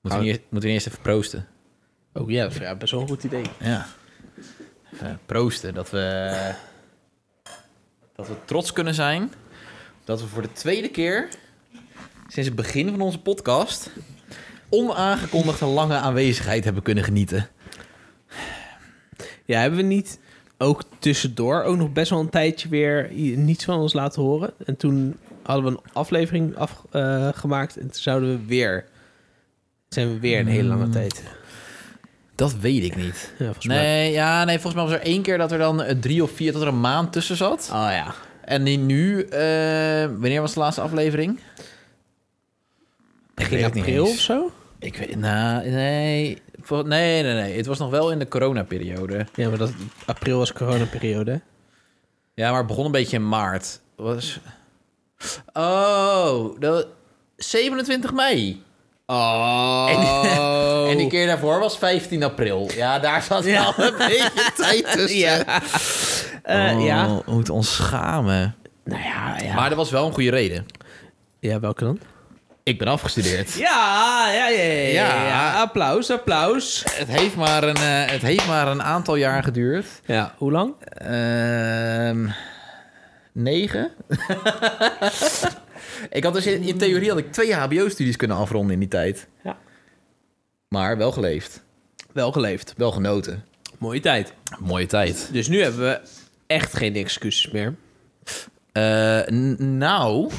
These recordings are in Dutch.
Moeten we eerst even proosten? Oh ja, dat is best wel een goed idee. Ja. Even proosten. Dat we trots kunnen zijn. Dat we voor de tweede keer sinds het begin van onze podcast onaangekondigde lange aanwezigheid hebben kunnen genieten. Ja, hebben we niet ook tussendoor ook nog best wel een tijdje weer niets van ons laten horen? En toen hadden we een aflevering gemaakt en toen zijn we weer een hele lange tijd. Dat weet ik niet. Ja, volgens mij. Nee, volgens mij was er 1 keer dat er dan 3 of 4, dat er een maand tussen zat. Oh ja. En nu, wanneer was de laatste aflevering? Begin april of zo? Ik weet, nee. Het was nog wel in de coronaperiode. Ja, maar april was coronaperiode. Ja, maar het begon een beetje in maart. 27 mei. Oh. En die keer daarvoor was 15 april. Ja, daar zat wel een beetje tijd tussen. Ja. We moeten ons schamen. Nou ja. Maar dat was wel een goede reden. Ja, welke dan? Ik ben afgestudeerd. Ja. Applaus. Het heeft maar een aantal jaar geduurd. Ja, hoe lang? 9. Ik had dus in theorie 2 HBO-studies kunnen afronden in die tijd. Ja. Maar wel geleefd. Wel genoten. Mooie tijd. Mooie tijd. Dus nu hebben we echt geen excuses meer. Nou...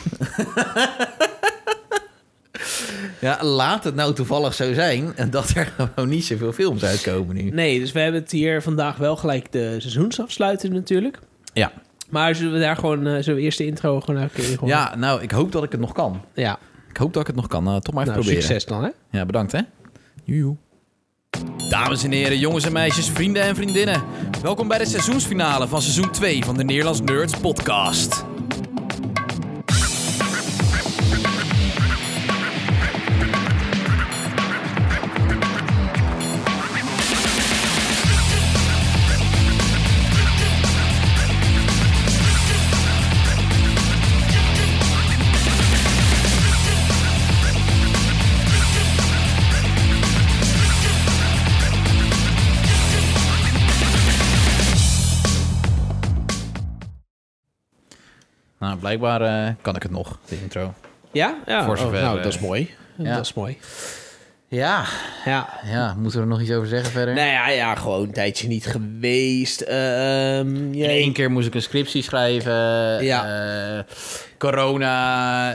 Ja, laat het nou toevallig zo zijn dat er gewoon niet zoveel films uitkomen nu. Nee, dus we hebben het hier vandaag wel gelijk de seizoensafsluiting natuurlijk. Ja. Maar zullen we daar gewoon, zullen we eerst de intro gewoon een keer in? Ja, nou, ik hoop dat ik het nog kan. Ja. Ik hoop dat ik het nog kan. Toch maar even proberen. Succes dan, hè? Ja, bedankt, hè. Joejoe. Dames en heren, jongens en meisjes, vrienden en vriendinnen. Welkom bij de seizoensfinale van seizoen 2 van de Nederlands Nerds podcast. Nou, blijkbaar kan ik het nog, de intro. Ja? Voor zover, nou, dat is mooi. Ja. Dat is mooi. Ja, moeten we er nog iets over zeggen verder? Nou ja, gewoon een tijdje niet geweest. In 1 keer moest ik een scriptie schrijven. Ja. Corona.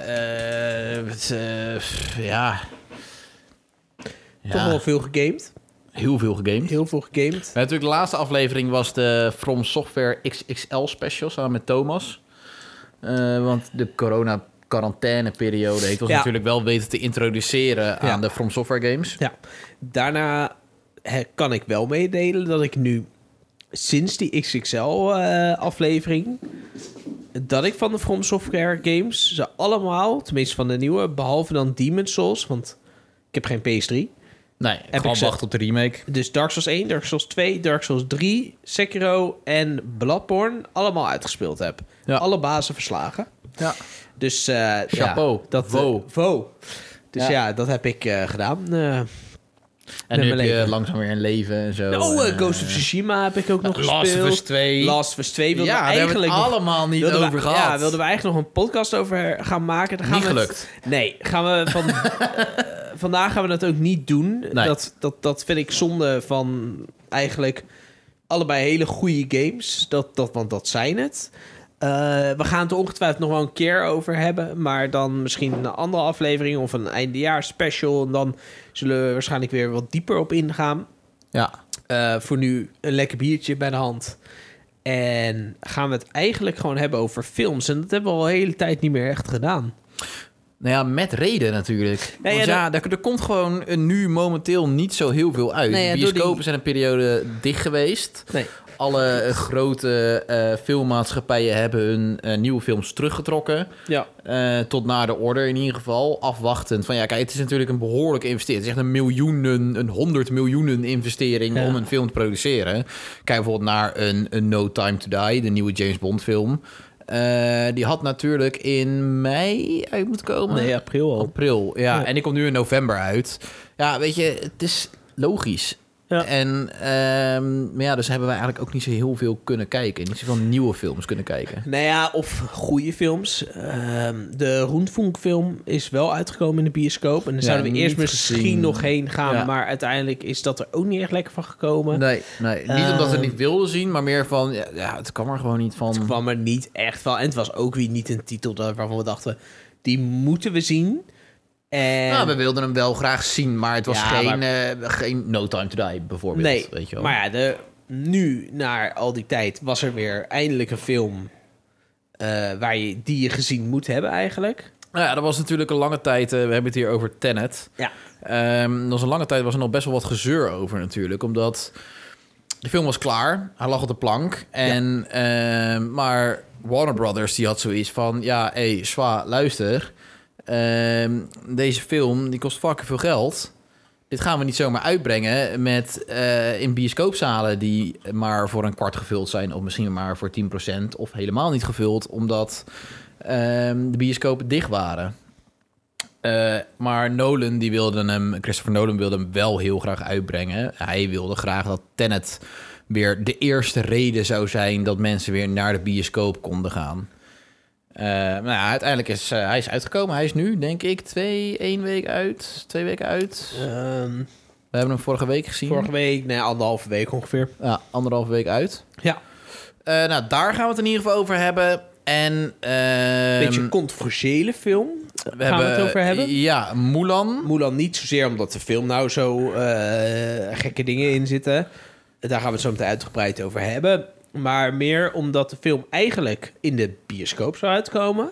Toch wel veel gegamed. Heel veel gegamed. Natuurlijk, de laatste aflevering was de From Software XXL special samen met Thomas. Want de corona-quarantaine-periode heeft ons natuurlijk wel weten te introduceren aan de From Software games. Ja, daarna kan ik wel meedelen dat ik nu sinds die XXL-aflevering... dat ik van de From Software games ze allemaal, tenminste van de nieuwe... behalve dan Demon's Souls, want ik heb geen PS3... Nee, ik gewoon wachten op de remake. Dus Dark Souls 1, Dark Souls 2, Dark Souls 3, Sekiro en Bloodborne allemaal uitgespeeld heb. Ja. Alle bazen verslagen. Ja. Dus chapeau. Vo. Dus dat heb ik gedaan. En nu heb je langzaam weer een leven en zo. Ghost of Tsushima heb ik ook nog gespeeld. Last of Us 2 wilden we eigenlijk hebben we het allemaal niet over gehad. Ja, wilden we eigenlijk nog een podcast over gaan maken. Dan gaan niet gelukt. Nee, gaan we vandaag gaan we dat ook niet doen. Nee. Dat vind ik zonde van eigenlijk allebei hele goede games. Want dat zijn het. We gaan het er ongetwijfeld nog wel een keer over hebben. Maar dan misschien een andere aflevering of een eindejaars special. En dan zullen we waarschijnlijk weer wat dieper op ingaan. Ja. Voor nu een lekker biertje bij de hand. En gaan we het eigenlijk gewoon hebben over films. En dat hebben we al een hele tijd niet meer echt gedaan. Nou ja, met reden natuurlijk. Nee, want er komt gewoon nu momenteel niet zo heel veel uit. Nee, de bioscopen zijn een periode dicht geweest. Nee. Alle grote filmmaatschappijen hebben hun nieuwe films teruggetrokken. Ja. Tot naar de order in ieder geval. Afwachtend van kijk, het is natuurlijk een behoorlijke investering. Het is echt een 100 miljoenen investering om een film te produceren. Kijk bijvoorbeeld naar een No Time to Die, de nieuwe James Bond film. Die had natuurlijk in mei uit moeten komen. Nee, april al. April, ja. En die komt nu in november uit. Ja, weet je, het is logisch. Ja. En maar ja, dus hebben wij eigenlijk ook niet zo heel veel kunnen kijken. Niet zoveel nieuwe films kunnen kijken. Nou ja, of goede films. De Rundfunkfilm is wel uitgekomen in de bioscoop. En daar zouden we eerst misschien nog heen gaan. Ja. Maar uiteindelijk is dat er ook niet echt lekker van gekomen. Nee. Niet omdat we het niet wilden zien, maar meer van... Ja, het kwam er gewoon niet van. Het kwam er niet echt van. En het was ook weer niet een titel waarvan we dachten... Die moeten we zien. Nou, we wilden hem wel graag zien, maar het was geen No Time to Die bijvoorbeeld. Nee, weet je wel. Maar ja, nu, na al die tijd, was er weer eindelijk een film die je gezien moet hebben eigenlijk. Nou ja, dat was natuurlijk een lange tijd, we hebben het hier over Tenet. Ja. Dat was een lange tijd, was er nog best wel wat gezeur over natuurlijk, omdat de film was klaar, hij lag op de plank. Maar Warner Brothers die had zoiets van, Zwa, luister... deze film die kost fucking veel geld. Dit gaan we niet zomaar uitbrengen met in bioscoopzalen die maar voor een kwart gevuld zijn, of misschien maar voor 10% of helemaal niet gevuld, omdat de bioscopen dicht waren. Maar Christopher Nolan wilde hem wel heel graag uitbrengen. Hij wilde graag dat Tenet weer de eerste reden zou zijn dat mensen weer naar de bioscoop konden gaan. Uiteindelijk is hij is uitgekomen. Hij is nu, denk ik, 2 weken uit. We hebben hem vorige week gezien. Vorige week, 1,5 week ongeveer. Ja, 1,5 week uit. Ja. Daar gaan we het in ieder geval over hebben. En beetje een controversiële film. Gaan we het over hebben? Ja, Mulan. Mulan niet zozeer omdat de film nou zo gekke dingen in zitten. Daar gaan we het zo meteen uitgebreid over hebben. Maar meer omdat de film eigenlijk in de bioscoop zou uitkomen.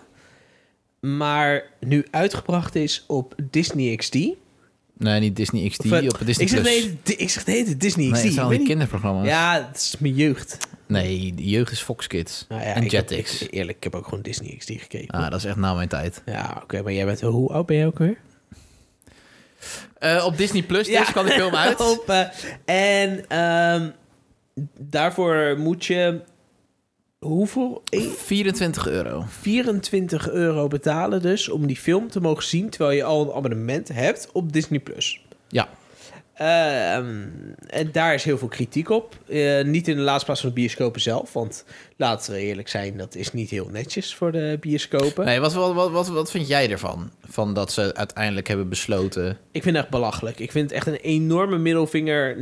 Maar nu uitgebracht is op Disney XD. Nee, niet Disney XD, op Disney Plus. Ik zeg de hele Disney XD. Nee, het zijn al die kinderprogramma's. Ja, het is mijn jeugd. Nee, die jeugd is Fox Kids en Jetix. Eerlijk, ik heb ook gewoon Disney XD gekeken. Dat is echt na mijn tijd. Ja, oké, maar jij bent... Hoe oud ben jij ook weer? Op Disney Plus, dus kan de film uit. Daarvoor moet je... Hoeveel? €24. €24 betalen dus om die film te mogen zien, terwijl je al een abonnement hebt op Disney+. Ja. En daar is heel veel kritiek op. Niet in de laatste plaats van de bioscopen zelf, want laten we eerlijk zijn, dat is niet heel netjes voor de bioscopen. Nee, wat vind jij ervan? Van dat ze uiteindelijk hebben besloten... Ik vind het echt belachelijk. Ik vind het echt een enorme middelvinger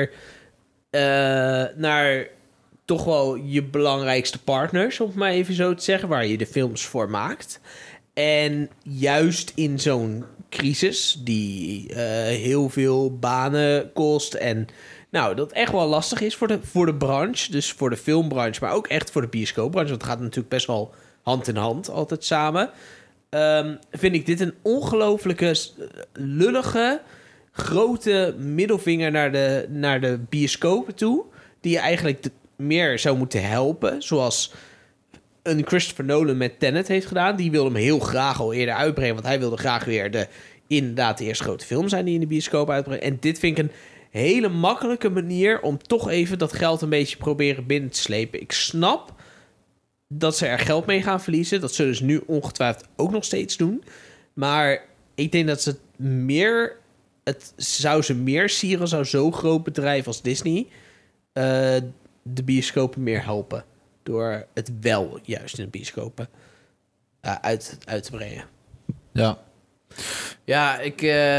naar toch wel je belangrijkste partners, om het maar even zo te zeggen, waar je de films voor maakt. En juist in zo'n crisis die heel veel banen kost en dat echt wel lastig is voor de branche, dus voor de filmbranche, maar ook echt voor de bioscoopbranche, want het gaat natuurlijk best wel hand in hand altijd samen. Vind ik dit een ongelooflijke lullige grote middelvinger naar de bioscopen toe, die je eigenlijk meer zou moeten helpen, zoals een Christopher Nolan met Tenet heeft gedaan. Die wilde hem heel graag al eerder uitbrengen, want hij wilde graag weer inderdaad de eerste grote film zijn die in de bioscoop uitbrengt. En dit vind ik een hele makkelijke manier om toch even dat geld een beetje proberen binnen te slepen. Ik snap dat ze er geld mee gaan verliezen. Dat zullen ze nu ongetwijfeld ook nog steeds doen. Maar ik denk dat het zou ze meer sieren, zou zo'n groot bedrijf als Disney de bioscopen meer helpen. Door het wel juist in de bioscopen uit te brengen. Ja. Ja, ik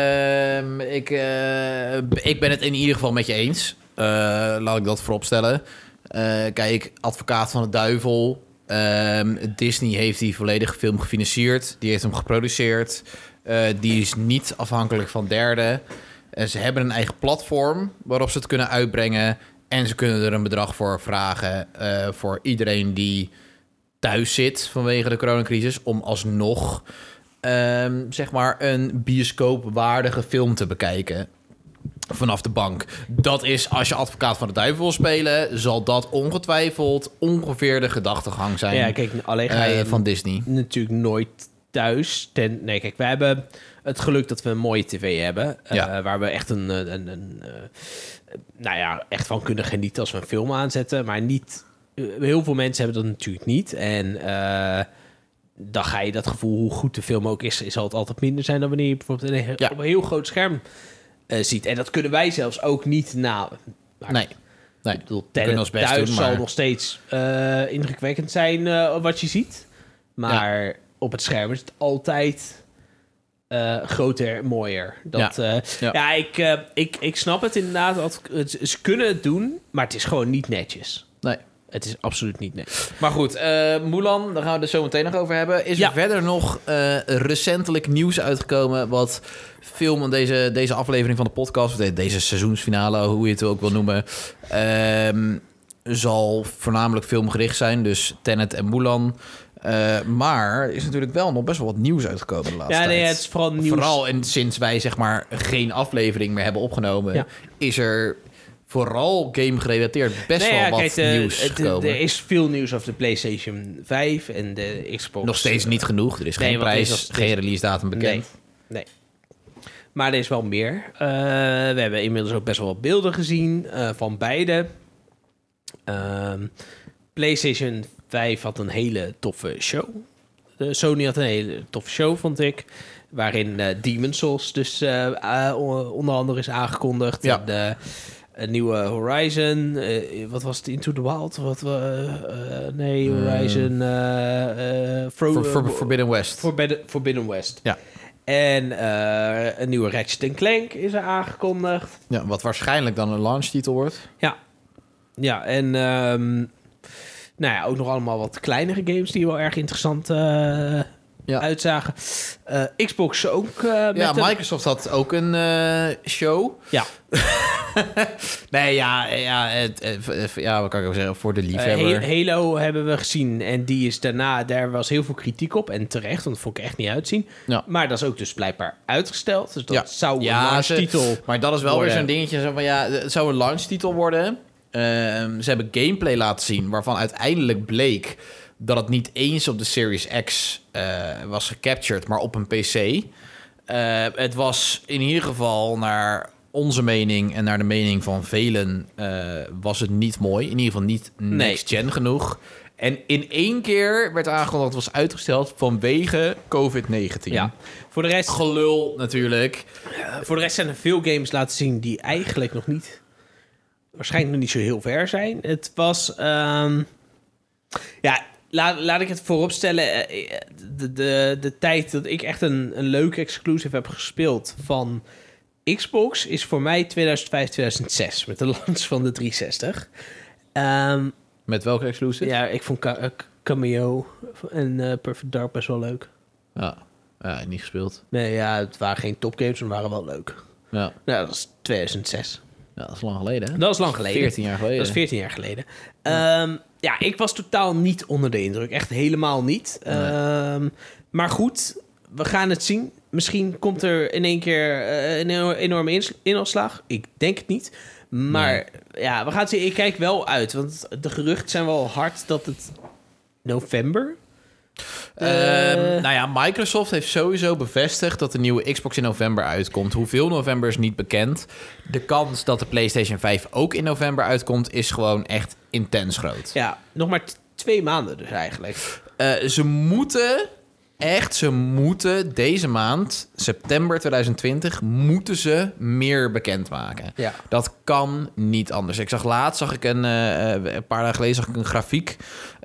ben het in ieder geval met je eens. Laat ik dat vooropstellen. Kijk, Advocaat van de Duivel. Disney heeft die volledige film gefinancierd. Die heeft hem geproduceerd. Die is niet afhankelijk van derden. Ze hebben een eigen platform waarop ze het kunnen uitbrengen. En ze kunnen er een bedrag voor vragen voor iedereen die thuis zit vanwege de coronacrisis, om alsnog zeg maar een bioscoopwaardige film te bekijken vanaf de bank. Dat is, als je Advocaat van de Duivel wil spelen, zal dat ongetwijfeld ongeveer de gedachtegang zijn. Ja, kijk, alleen ga je van Disney natuurlijk nooit thuis. Nee, kijk, wij hebben het geluk dat we een mooie tv hebben, waar we echt echt van kunnen genieten als we een film aanzetten, maar niet heel veel mensen hebben dat natuurlijk niet. En dan ga je dat gevoel, hoe goed de film ook is, zal het altijd minder zijn dan wanneer je bijvoorbeeld op een heel groot scherm ziet. En dat kunnen wij zelfs ook niet na. Nee. Ik bedoel, thuis zal nog steeds indrukwekkend zijn wat je ziet. Maar op het scherm is het altijd groter, mooier. Ik snap het inderdaad. Ze kunnen het doen, maar het is gewoon niet netjes. Nee. Het is absoluut niet netjes. Maar goed, Mulan, daar gaan we het zo meteen nog over hebben. Is er verder nog recentelijk nieuws uitgekomen wat film deze aflevering van de podcast, of deze seizoensfinale, hoe je het ook wil noemen, zal voornamelijk filmgericht zijn. Dus Tenet en Mulan. Maar er is natuurlijk wel nog best wel wat nieuws uitgekomen de laatste tijd. Het is vooral nieuws. Vooral en sinds wij zeg maar geen aflevering meer hebben opgenomen, is er vooral game-gerelateerd best wel wat nieuws gekomen. Er is veel nieuws over de PlayStation 5 en de Xbox. Nog steeds niet genoeg. Er is geen prijs, geen release datum bekend. Nee. Maar er is wel meer. We hebben inmiddels ook best wel wat beelden gezien van beide. PlayStation 5 had een hele toffe show. Sony had een hele toffe show, vond ik. Waarin Demon's Souls dus onder andere is aangekondigd. Ja. En, een nieuwe Horizon. Wat was het? Into the Wild? Horizon. Forbidden West. Forbidden West. Ja. En een nieuwe Ratchet & Clank is er aangekondigd. Ja, wat waarschijnlijk dan een launchtitel wordt. Ja, en ook nog allemaal wat kleinere games die wel erg interessant uitzagen. Xbox ook. Microsoft had ook een show. Ja. Wat kan ik ook zeggen, voor de liefhebber. Halo hebben we gezien en die is daarna, daar was heel veel kritiek op en terecht, want dat vond ik echt niet uitzien. Ja. Maar dat is ook dus blijkbaar uitgesteld, dus dat zou een launchtitel maar dat is wel weer zo'n dingetje, zo van het zou een launchtitel worden. Ze hebben gameplay laten zien waarvan uiteindelijk bleek dat het niet eens op de Series X was gecaptured, maar op een PC. Het was in ieder geval naar onze mening en naar de mening van velen was het niet mooi. In ieder geval niet next-gen genoeg. En in één keer werd aangekondigd dat het was uitgesteld vanwege COVID-19. Ja. Voor de rest gelul natuurlijk. Voor de rest zijn er veel games laten zien die eigenlijk nog niet, waarschijnlijk nog niet zo heel ver zijn. Het was, laat ik het voorop stellen. De tijd dat ik echt een leuke exclusive heb gespeeld van Xbox is voor mij 2005, 2006 met de launch van de 360. Met welke exclusive? Ja, ik vond Cameo en Perfect Dark best wel leuk. Ja, niet gespeeld. Nee, het waren geen topgames, maar waren wel leuk. Ja. Dat was 2006. Ja, dat is lang geleden, hè? Dat is lang geleden. 14 jaar geleden. Dat is 14 jaar geleden. Ik was totaal niet onder de indruk. Echt helemaal niet. Nee. Maar goed, we gaan het zien. Misschien komt er in één keer een enorme inhaalslag. Ik denk het niet. Maar we gaan het zien. Ik kijk wel uit. Want de geruchten zijn wel hard dat het november... Microsoft heeft sowieso bevestigd dat de nieuwe Xbox in november uitkomt. Hoeveel november is niet bekend. De kans dat de PlayStation 5 ook in november uitkomt is gewoon echt intens groot. Ja, nog maar 2 maanden dus eigenlijk. Ze moeten deze maand, september 2020, moeten ze meer bekendmaken. Ja. Dat kan niet anders. Ik zag laatst, een paar dagen geleden, zag ik een grafiek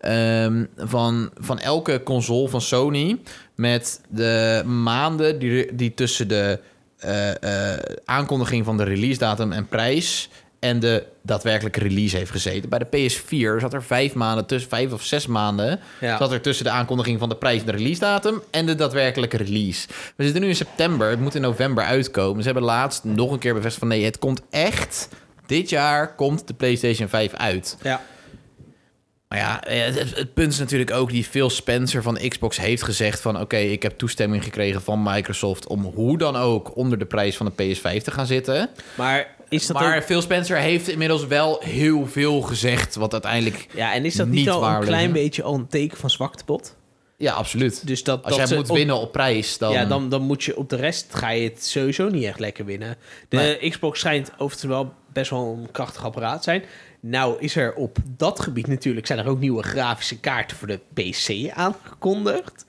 van elke console van Sony met de maanden die tussen de aankondiging van de release datum en prijs en de daadwerkelijke release heeft gezeten. Bij de PS4 zat er 5 maanden tussen, 5 of 6 maanden... zat er tussen de aankondiging van de prijs en de release datum en de daadwerkelijke release. We zitten nu in september, het moet in november uitkomen. Ze hebben laatst nog een keer bevestigd van nee, het komt echt... Dit jaar komt de PlayStation 5 uit. Ja. Maar ja, het punt is natuurlijk ook die Phil Spencer van Xbox heeft gezegd van oké, ik heb toestemming gekregen van Microsoft om hoe dan ook onder de prijs van de PS5 te gaan zitten. Maar Phil Spencer heeft inmiddels wel heel veel gezegd wat uiteindelijk en is dat niet al een klein beetje al een teken van zwaktebod? Ja, absoluut. Dus als jij moet winnen op prijs, dan... Ja, dan moet je op de rest ga je het sowieso niet echt lekker winnen. De Xbox schijnt oftewel best wel een krachtig apparaat zijn. Nou is er op dat gebied natuurlijk... zijn er ook nieuwe grafische kaarten voor de PC aangekondigd.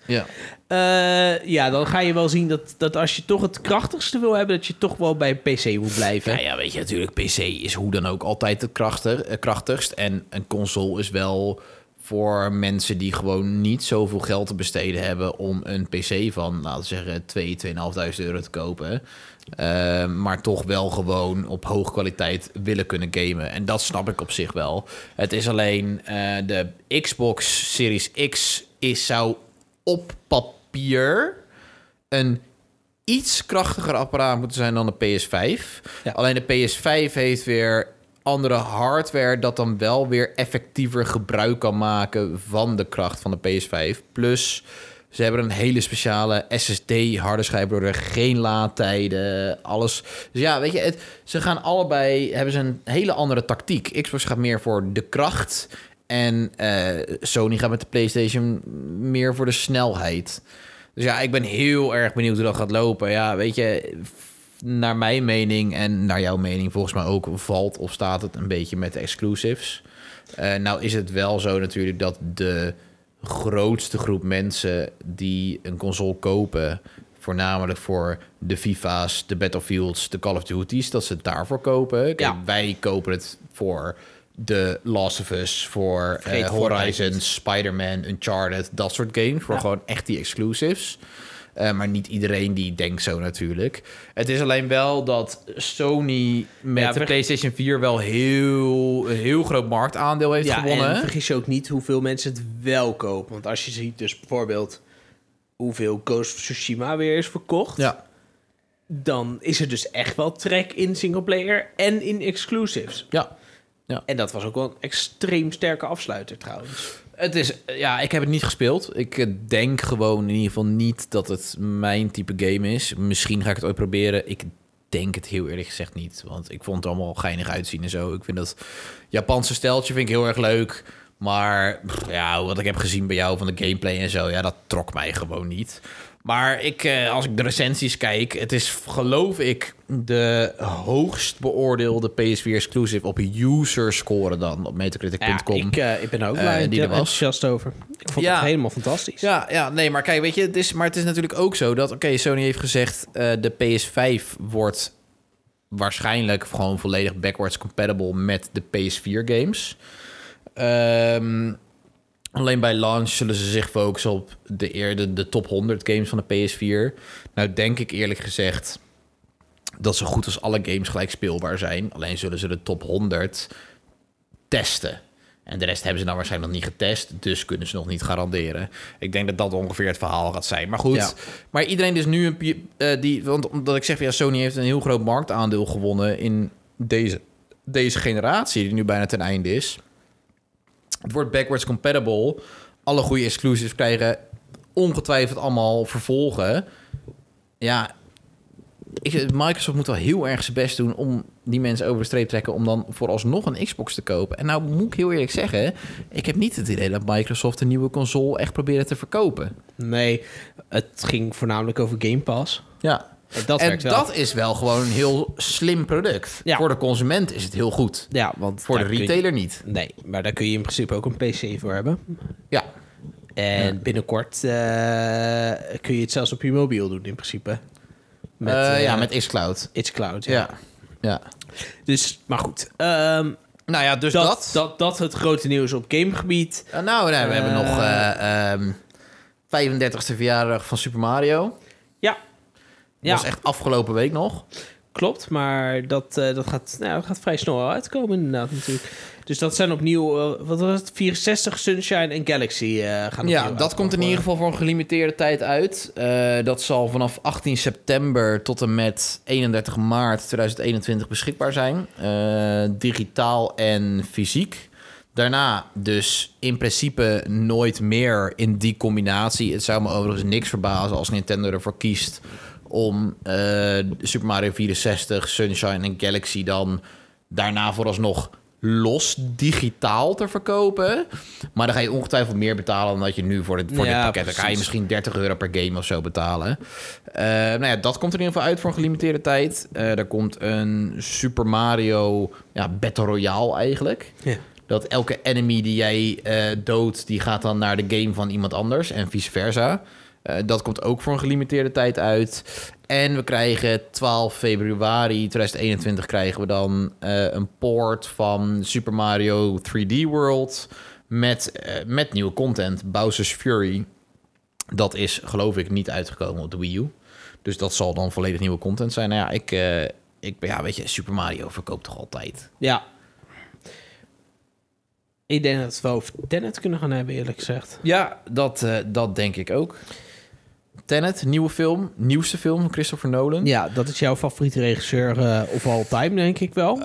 Ja. Dan ga je wel zien dat als je toch het krachtigste wil hebben... dat je toch wel bij PC moet blijven. Ja, weet je, natuurlijk, PC is hoe dan ook altijd het krachtigst. En een console is wel... voor mensen die gewoon niet zoveel geld te besteden hebben... om een PC van, laten we zeggen, 2.500 euro te kopen... maar toch wel gewoon op hoge kwaliteit willen kunnen gamen. En dat snap ik op zich wel. Het is alleen de Xbox Series X zou op papier... een iets krachtiger apparaat moeten zijn dan de PS5. Ja. Alleen de PS5 heeft weer... andere hardware dat dan wel weer effectiever gebruik kan maken van de kracht van de PS5. Plus, ze hebben een hele speciale SSD-harde schijf, door geen laadtijden, alles. Dus ja, weet je, ze gaan allebei, hebben ze een hele andere tactiek. Xbox gaat meer voor de kracht en Sony gaat met de PlayStation meer voor de snelheid. Dus ja, ik ben heel erg benieuwd hoe dat gaat lopen. Ja, weet je... Naar mijn mening en naar jouw mening volgens mij ook... valt of staat het een beetje met de exclusives. Nou is het wel zo natuurlijk dat de grootste groep mensen... die een console kopen... voornamelijk voor de FIFA's, de Battlefields, de Call of Duty's... dat ze het daarvoor kopen. Kijk, wij kopen het voor de Last of Us... voor Horizon, Spider-Man, Uncharted, dat soort games. Voor gewoon echt die exclusives... maar niet iedereen die denkt zo natuurlijk. Het is alleen wel dat Sony met de PlayStation 4... wel een heel groot marktaandeel heeft gewonnen. En vergis je ook niet hoeveel mensen het wel kopen. Want als je ziet dus bijvoorbeeld... hoeveel Ghost of Tsushima weer is verkocht... Ja. Dan is er dus echt wel trek in singleplayer en in exclusives. Ja. En dat was ook wel een extreem sterke afsluiter trouwens. Het is, ik heb het niet gespeeld. Ik denk gewoon in ieder geval niet dat het mijn type game is. Misschien ga ik het ooit proberen. Ik denk het heel eerlijk gezegd niet. Want ik vond het allemaal geinig uitzien en zo. Ik vind dat Japanse steltje vind ik heel erg leuk. Maar wat ik heb gezien bij jou van de gameplay en zo... dat trok mij gewoon niet. Maar als ik de recensies kijk... het is, geloof ik, de hoogst beoordeelde PS4 exclusive... op user score dan, op Metacritic.com. Ik ben ook blij enthousiast over. Ik vond het helemaal fantastisch. Nee, maar kijk, weet je... het is natuurlijk ook zo dat... Sony heeft gezegd... de PS5 wordt waarschijnlijk... gewoon volledig backwards compatible met de PS4 games... alleen bij launch zullen ze zich focussen op de top 100 games van de PS4. Nou denk ik eerlijk gezegd dat zo goed als alle games gelijk speelbaar zijn. Alleen zullen ze de top 100 testen. En de rest hebben ze dan waarschijnlijk nog niet getest, dus kunnen ze nog niet garanderen. Ik denk dat dat ongeveer het verhaal gaat zijn. Maar goed, maar iedereen is nu want omdat ik zeg, Sony heeft een heel groot marktaandeel gewonnen in deze generatie die nu bijna ten einde is. Het wordt backwards compatible. Alle goede exclusives krijgen ongetwijfeld allemaal vervolgen. Ja, Microsoft moet wel heel erg zijn best doen om die mensen over de streep te trekken... om dan vooralsnog een Xbox te kopen. En nou moet ik heel eerlijk zeggen... ik heb niet het idee dat Microsoft een nieuwe console echt probeert te verkopen. Nee, het ging voornamelijk over Game Pass. Ja. En dat is wel gewoon een heel slim product. Ja. Voor de consument is het heel goed. Ja, want voor de retailer niet. Nee, maar daar kun je in principe ook een PC voor hebben. Ja. En binnenkort kun je het zelfs op je mobiel doen in principe. Met xCloud. xCloud, ja. Dus, maar goed. Dus dat het grote nieuws op gamegebied. We hebben nog 35e verjaardag van Super Mario. Ja. Dat was echt afgelopen week nog. Klopt, maar dat gaat vrij snel uitkomen inderdaad natuurlijk. Dus dat zijn opnieuw, wat was het? 64 Sunshine en Galaxy gaan opnieuw dat komt in ieder geval voor een gelimiteerde tijd uit. Dat zal vanaf 18 september tot en met 31 maart 2021 beschikbaar zijn. Digitaal en fysiek. Daarna dus in principe nooit meer in die combinatie. Het zou me overigens niks verbazen als Nintendo ervoor kiest... om Super Mario 64, Sunshine en Galaxy dan daarna vooralsnog los digitaal te verkopen. Maar dan ga je ongetwijfeld meer betalen dan dat je nu voor dit pakket. Precies. Dan ga je misschien €30 per game of zo betalen. Dat komt er in ieder geval uit voor een gelimiteerde tijd. Er komt een Super Mario Battle Royale eigenlijk. Ja. Dat elke enemy die jij doodt, die gaat dan naar de game van iemand anders en vice versa. Dat komt ook voor een gelimiteerde tijd uit. En we krijgen 12 februari 2021 krijgen we dan een port van Super Mario 3D World met nieuwe content, Bowser's Fury. Dat is, geloof ik, niet uitgekomen op de Wii U. Dus dat zal dan volledig nieuwe content zijn. Nou ja, weet je, Super Mario verkoopt toch altijd? Ja. Ik denk dat we over Tenet kunnen gaan hebben, eerlijk gezegd. Ja, dat denk ik ook. Tenet, nieuwste film van Christopher Nolan. Ja, dat is jouw favoriete regisseur of all time, denk ik wel.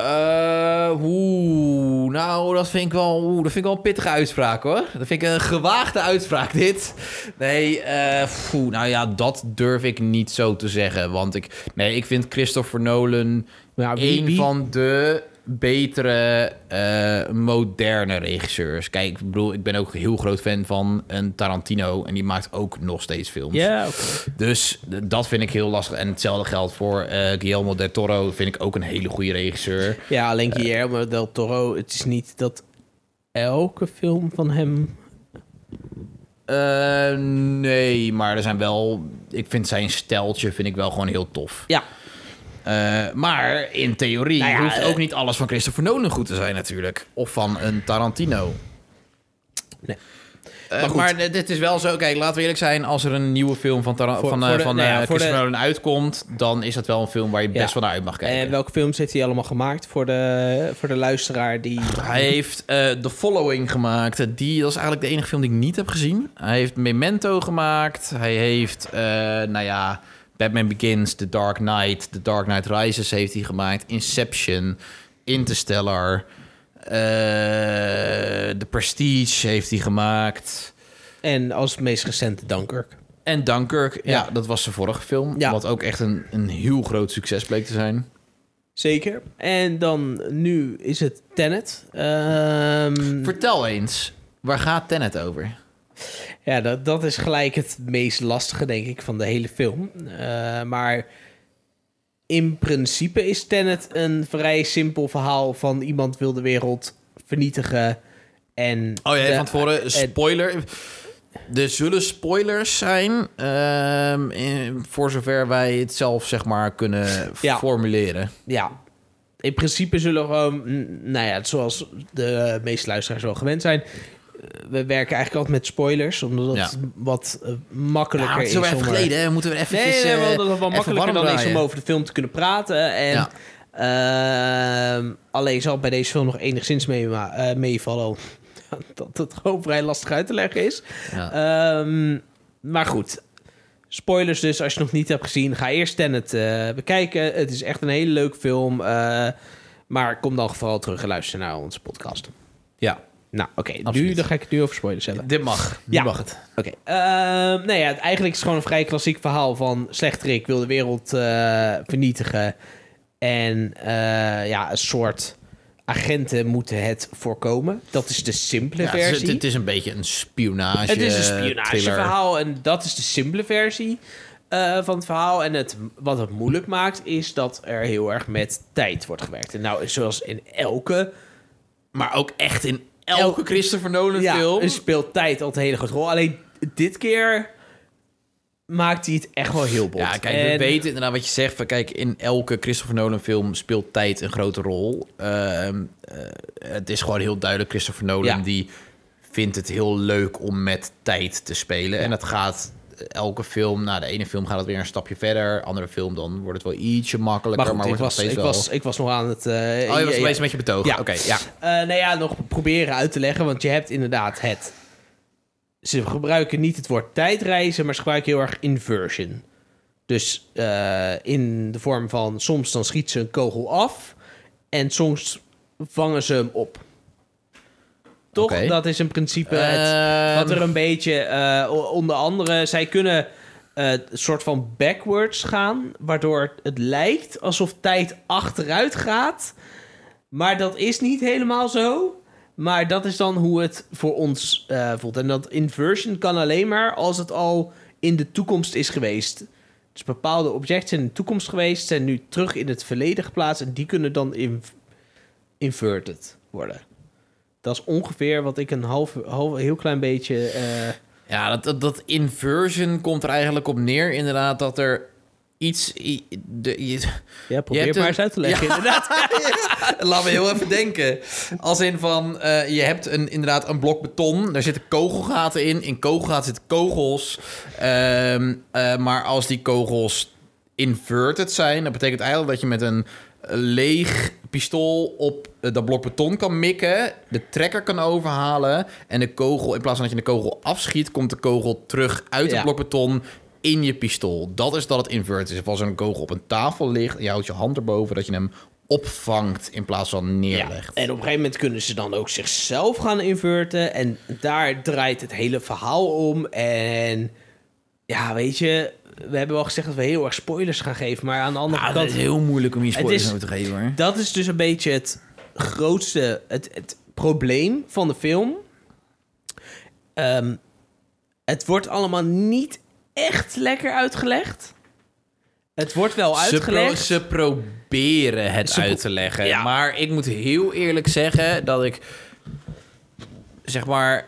Dat vind ik wel een pittige uitspraak, hoor. Dat vind ik een gewaagde uitspraak, dit. Nee, dat durf ik niet zo te zeggen. Want ik vind Christopher Nolan van de betere, moderne regisseurs. Kijk, ik bedoel, ik ben ook heel groot fan van een Tarantino en die maakt ook nog steeds films. Ja, oké. Dus dat vind ik heel lastig. En hetzelfde geldt voor Guillermo del Toro, vind ik ook een hele goede regisseur. Ja, alleen Guillermo del Toro, het is niet dat elke film van hem... Nee, maar er zijn wel... Ik vind zijn steltje wel gewoon heel tof. Ja. Maar in theorie hoeft ook niet alles van Christopher Nolan goed te zijn natuurlijk. Of van een Tarantino. Nee. Maar dit is wel zo... Kijk, laten we eerlijk zijn. Als er een nieuwe film van Christopher Nolan uitkomt... dan is dat wel een film waar je best wel naar uit mag kijken. En welke films heeft hij allemaal gemaakt voor de luisteraar die... Hij heeft The Following gemaakt. Dat is eigenlijk de enige film die ik niet heb gezien. Hij heeft Memento gemaakt. Hij heeft, Batman Begins, The Dark Knight Rises heeft hij gemaakt. Inception, Interstellar... The Prestige heeft hij gemaakt. En als meest recente Dunkirk. En Dunkirk, ja, dat was zijn vorige film. Ja. Wat ook echt een heel groot succes bleek te zijn. Zeker. En dan nu is het Tenet. Vertel eens, waar gaat Tenet over? Ja, dat is gelijk het meest lastige, denk ik, van de hele film. Maar... in principe is Tenet een vrij simpel verhaal van iemand wil de wereld vernietigen en... Oh ja, van tevoren, spoiler. Er zullen spoilers zijn, voor zover wij het zelf, zeg maar, kunnen formuleren. Ja, in principe zullen we gewoon, zoals de meeste luisteraars wel gewend zijn... We werken eigenlijk altijd met spoilers, omdat het wat makkelijker is. Het is zo even geleden, hè? Moeten we eventjes... Nee, dat het wat makkelijker dan is om over de film te kunnen praten. En alleen zal bij deze film nog enigszins meevallen dat het gewoon vrij lastig uit te leggen is. Ja. Maar goed, spoilers dus. Als je het nog niet hebt gezien, ga eerst Tenet bekijken. Het is echt een hele leuke film. Maar kom dan vooral terug en luister naar onze podcast. Ja. Nou, oké. Dan ga ik het nu over spoilers hebben. Dit mag. Nu mag het. Oké. Eigenlijk is het gewoon een vrij klassiek verhaal van... slechterik wil de wereld vernietigen. En een soort agenten moeten het voorkomen. Dat is de simpele versie. Het is een beetje een spionage. Het is een spionageverhaal en dat is de simpele versie van het verhaal. En wat het moeilijk maakt is dat er heel erg met tijd wordt gewerkt. En nou, zoals in elke... Maar ook echt in elke Christopher Nolan film. Ja, speelt tijd altijd een hele grote rol. Alleen dit keer maakt hij het echt wel heel bot. Ja, kijk, we weten inderdaad wat je zegt. Kijk, in elke Christopher Nolan film speelt tijd een grote rol. Het is gewoon heel duidelijk Christopher Nolan die vindt het heel leuk om met tijd te spelen. Ja. En het gaat... elke film, de ene film gaat het weer een stapje verder. Andere film, dan wordt het wel ietsje makkelijker. Maar ik was nog aan het... je was bezig met je betoog. Ja. Oké, ja. Nog proberen uit te leggen. Want je hebt inderdaad ze gebruiken niet het woord tijdreizen, maar ze gebruiken heel erg inversion. Dus in de vorm van... soms dan schiet ze een kogel af en soms vangen ze hem op. Toch? Okay. Dat is in principe wat er een beetje... onder andere, zij kunnen een soort van backwards gaan... waardoor het lijkt alsof tijd achteruit gaat... Maar dat is niet helemaal zo. Maar dat is dan hoe het voor ons voelt. En dat inversion kan alleen maar als het al in de toekomst is geweest. Dus bepaalde objecten zijn in de toekomst geweest, zijn nu terug in het verleden geplaatst en die kunnen dan inverted worden. Dat is ongeveer wat ik een heel klein beetje... Ja, dat inversion komt er eigenlijk op neer, inderdaad, dat er iets... Ja, probeer het maar eens uit te leggen, inderdaad. Laten we heel even denken. Als in van, je hebt inderdaad een blok beton, daar zitten kogelgaten in. In kogelgaten zitten kogels. Maar als die kogels inverted zijn, dat betekent eigenlijk dat je met een leeg pistool op dat blok beton kan mikken, de trekker kan overhalen en de kogel, in plaats van dat je de kogel afschiet, komt de kogel terug uit het blok beton in je pistool. Dat is dat het invert is. Als een kogel op een tafel ligt en je houdt je hand erboven, dat je hem opvangt in plaats van neerlegt. Ja, en op een gegeven moment kunnen ze dan ook zichzelf gaan inverten en daar draait het hele verhaal om. En ja, weet je, we hebben wel gezegd dat we heel erg spoilers gaan geven, maar aan de andere kant... Het is heel moeilijk om je spoilers over te geven, hoor. Dat is dus een beetje het grootste, het probleem van de film. Het wordt allemaal niet echt lekker uitgelegd. Het wordt wel uitgelegd. Ze proberen het uit te leggen. Ja. Maar ik moet heel eerlijk zeggen dat ik, zeg maar,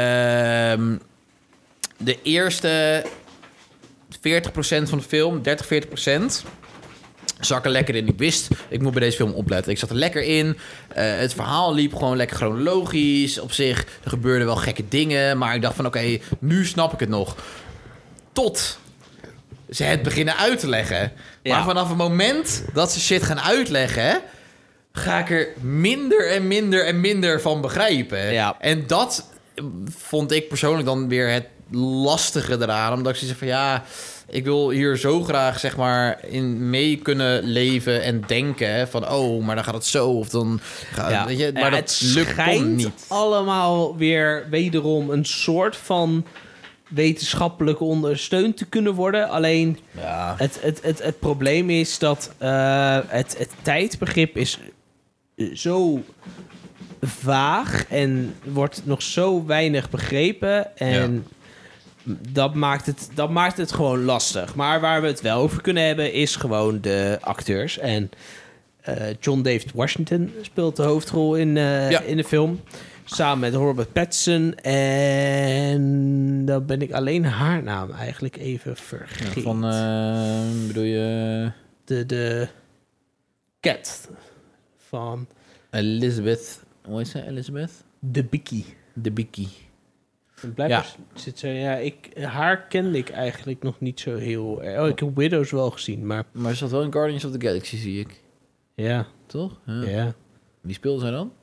de eerste 40% van de film, 30-40%, zat er lekker in. Ik wist, ik moet bij deze film opletten. Ik zat er lekker in. Het verhaal liep gewoon lekker chronologisch. Op zich, er gebeurden wel gekke dingen. Maar ik dacht van, oké, nu snap ik het nog. Tot ze het beginnen uit te leggen. Ja. Maar vanaf het moment dat ze shit gaan uitleggen, ga ik er minder en minder en minder van begrijpen. Ja. En dat vond ik persoonlijk dan weer het lastige eraan. Omdat ik zoiets van, ja, ik wil hier zo graag, zeg maar, in mee kunnen leven en denken van, oh, maar dan gaat het zo of dan gaat weet je, maar dat het lukt niet. Allemaal weer wederom een soort van wetenschappelijk ondersteund te kunnen worden. Alleen het probleem is dat het tijdbegrip is zo vaag en wordt nog zo weinig begrepen en dat maakt het gewoon lastig. Maar waar we het wel over kunnen hebben is gewoon de acteurs. En John David Washington speelt de hoofdrol in de film. Samen met Robert Pattinson. En dan ben ik alleen haar naam eigenlijk even vergeten. Ja, van, bedoel je... De Cat. Van... Elizabeth... Hoe is ze? Elizabeth? Debicki. Blijkbaar zit ze... haar kende ik eigenlijk nog niet zo heel erg. Oh, ik heb Widows wel gezien, maar... Maar ze zat wel in Guardians of the Galaxy, zie ik. Ja. Toch? Ja. Wie speelde zij dan?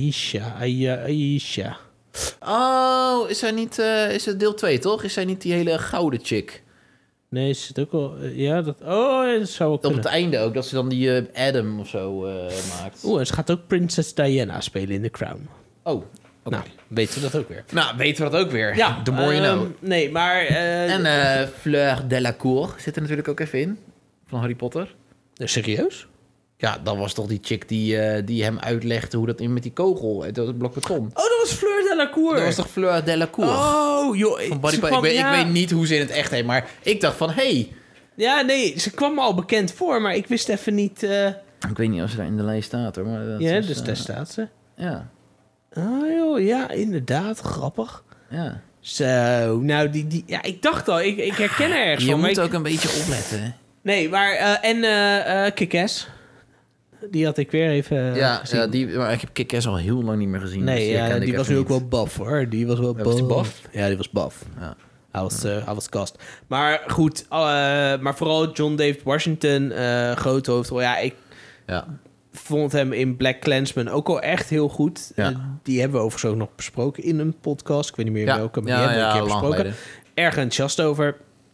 Aisha. Oh, is zij niet... is het deel 2, toch? Is zij niet die hele gouden chick? Nee, is het ook wel... dat zou ook op het einde ook, dat ze dan die Adam of zo maakt. En ze gaat ook Prinses Diana spelen in The Crown. Oh, okay. Nou, weten we dat ook weer. Ja, the more you know. Nee, maar... en Fleur Delacour zit er natuurlijk ook even in. Van Harry Potter. Serieus? Ja, dat was toch die chick die hem uitlegde hoe dat in met die kogel, dat blok beton. Oh, dat was Fleur Delacour. Dat was toch Fleur Delacour? Oh, joh. Ik weet niet hoe ze in het echt heet, maar ik dacht van, hey. Ja, nee, ze kwam me al bekend voor, maar ik wist even niet... Ik weet niet of ze daar in de lijst staat, hoor. Maar dat ja, dus daar staat ze. Ja. Oh, joh, ja, inderdaad, grappig. Ja. Zo, nou, ik dacht al, ik herken er ergens van. Je moet ook een beetje opletten. Nee, maar... Kick-Ass. Die had ik weer even gezien. Maar ik heb Kick-Ass al heel lang niet meer gezien. Nee, dus die was nu ook wel buff, hoor. Die was wel buff. Ja, die was buff. Ja. Hij was kast. Maar goed, maar vooral John David Washington, grote hoofdrol. Ja, ik vond hem in Black Klansman ook al echt heel goed. Ja. Die hebben we overigens ook nog besproken in een podcast. Ik weet niet meer welke, maar die hebben we een keer besproken. Geleden. Erg enthousiast over.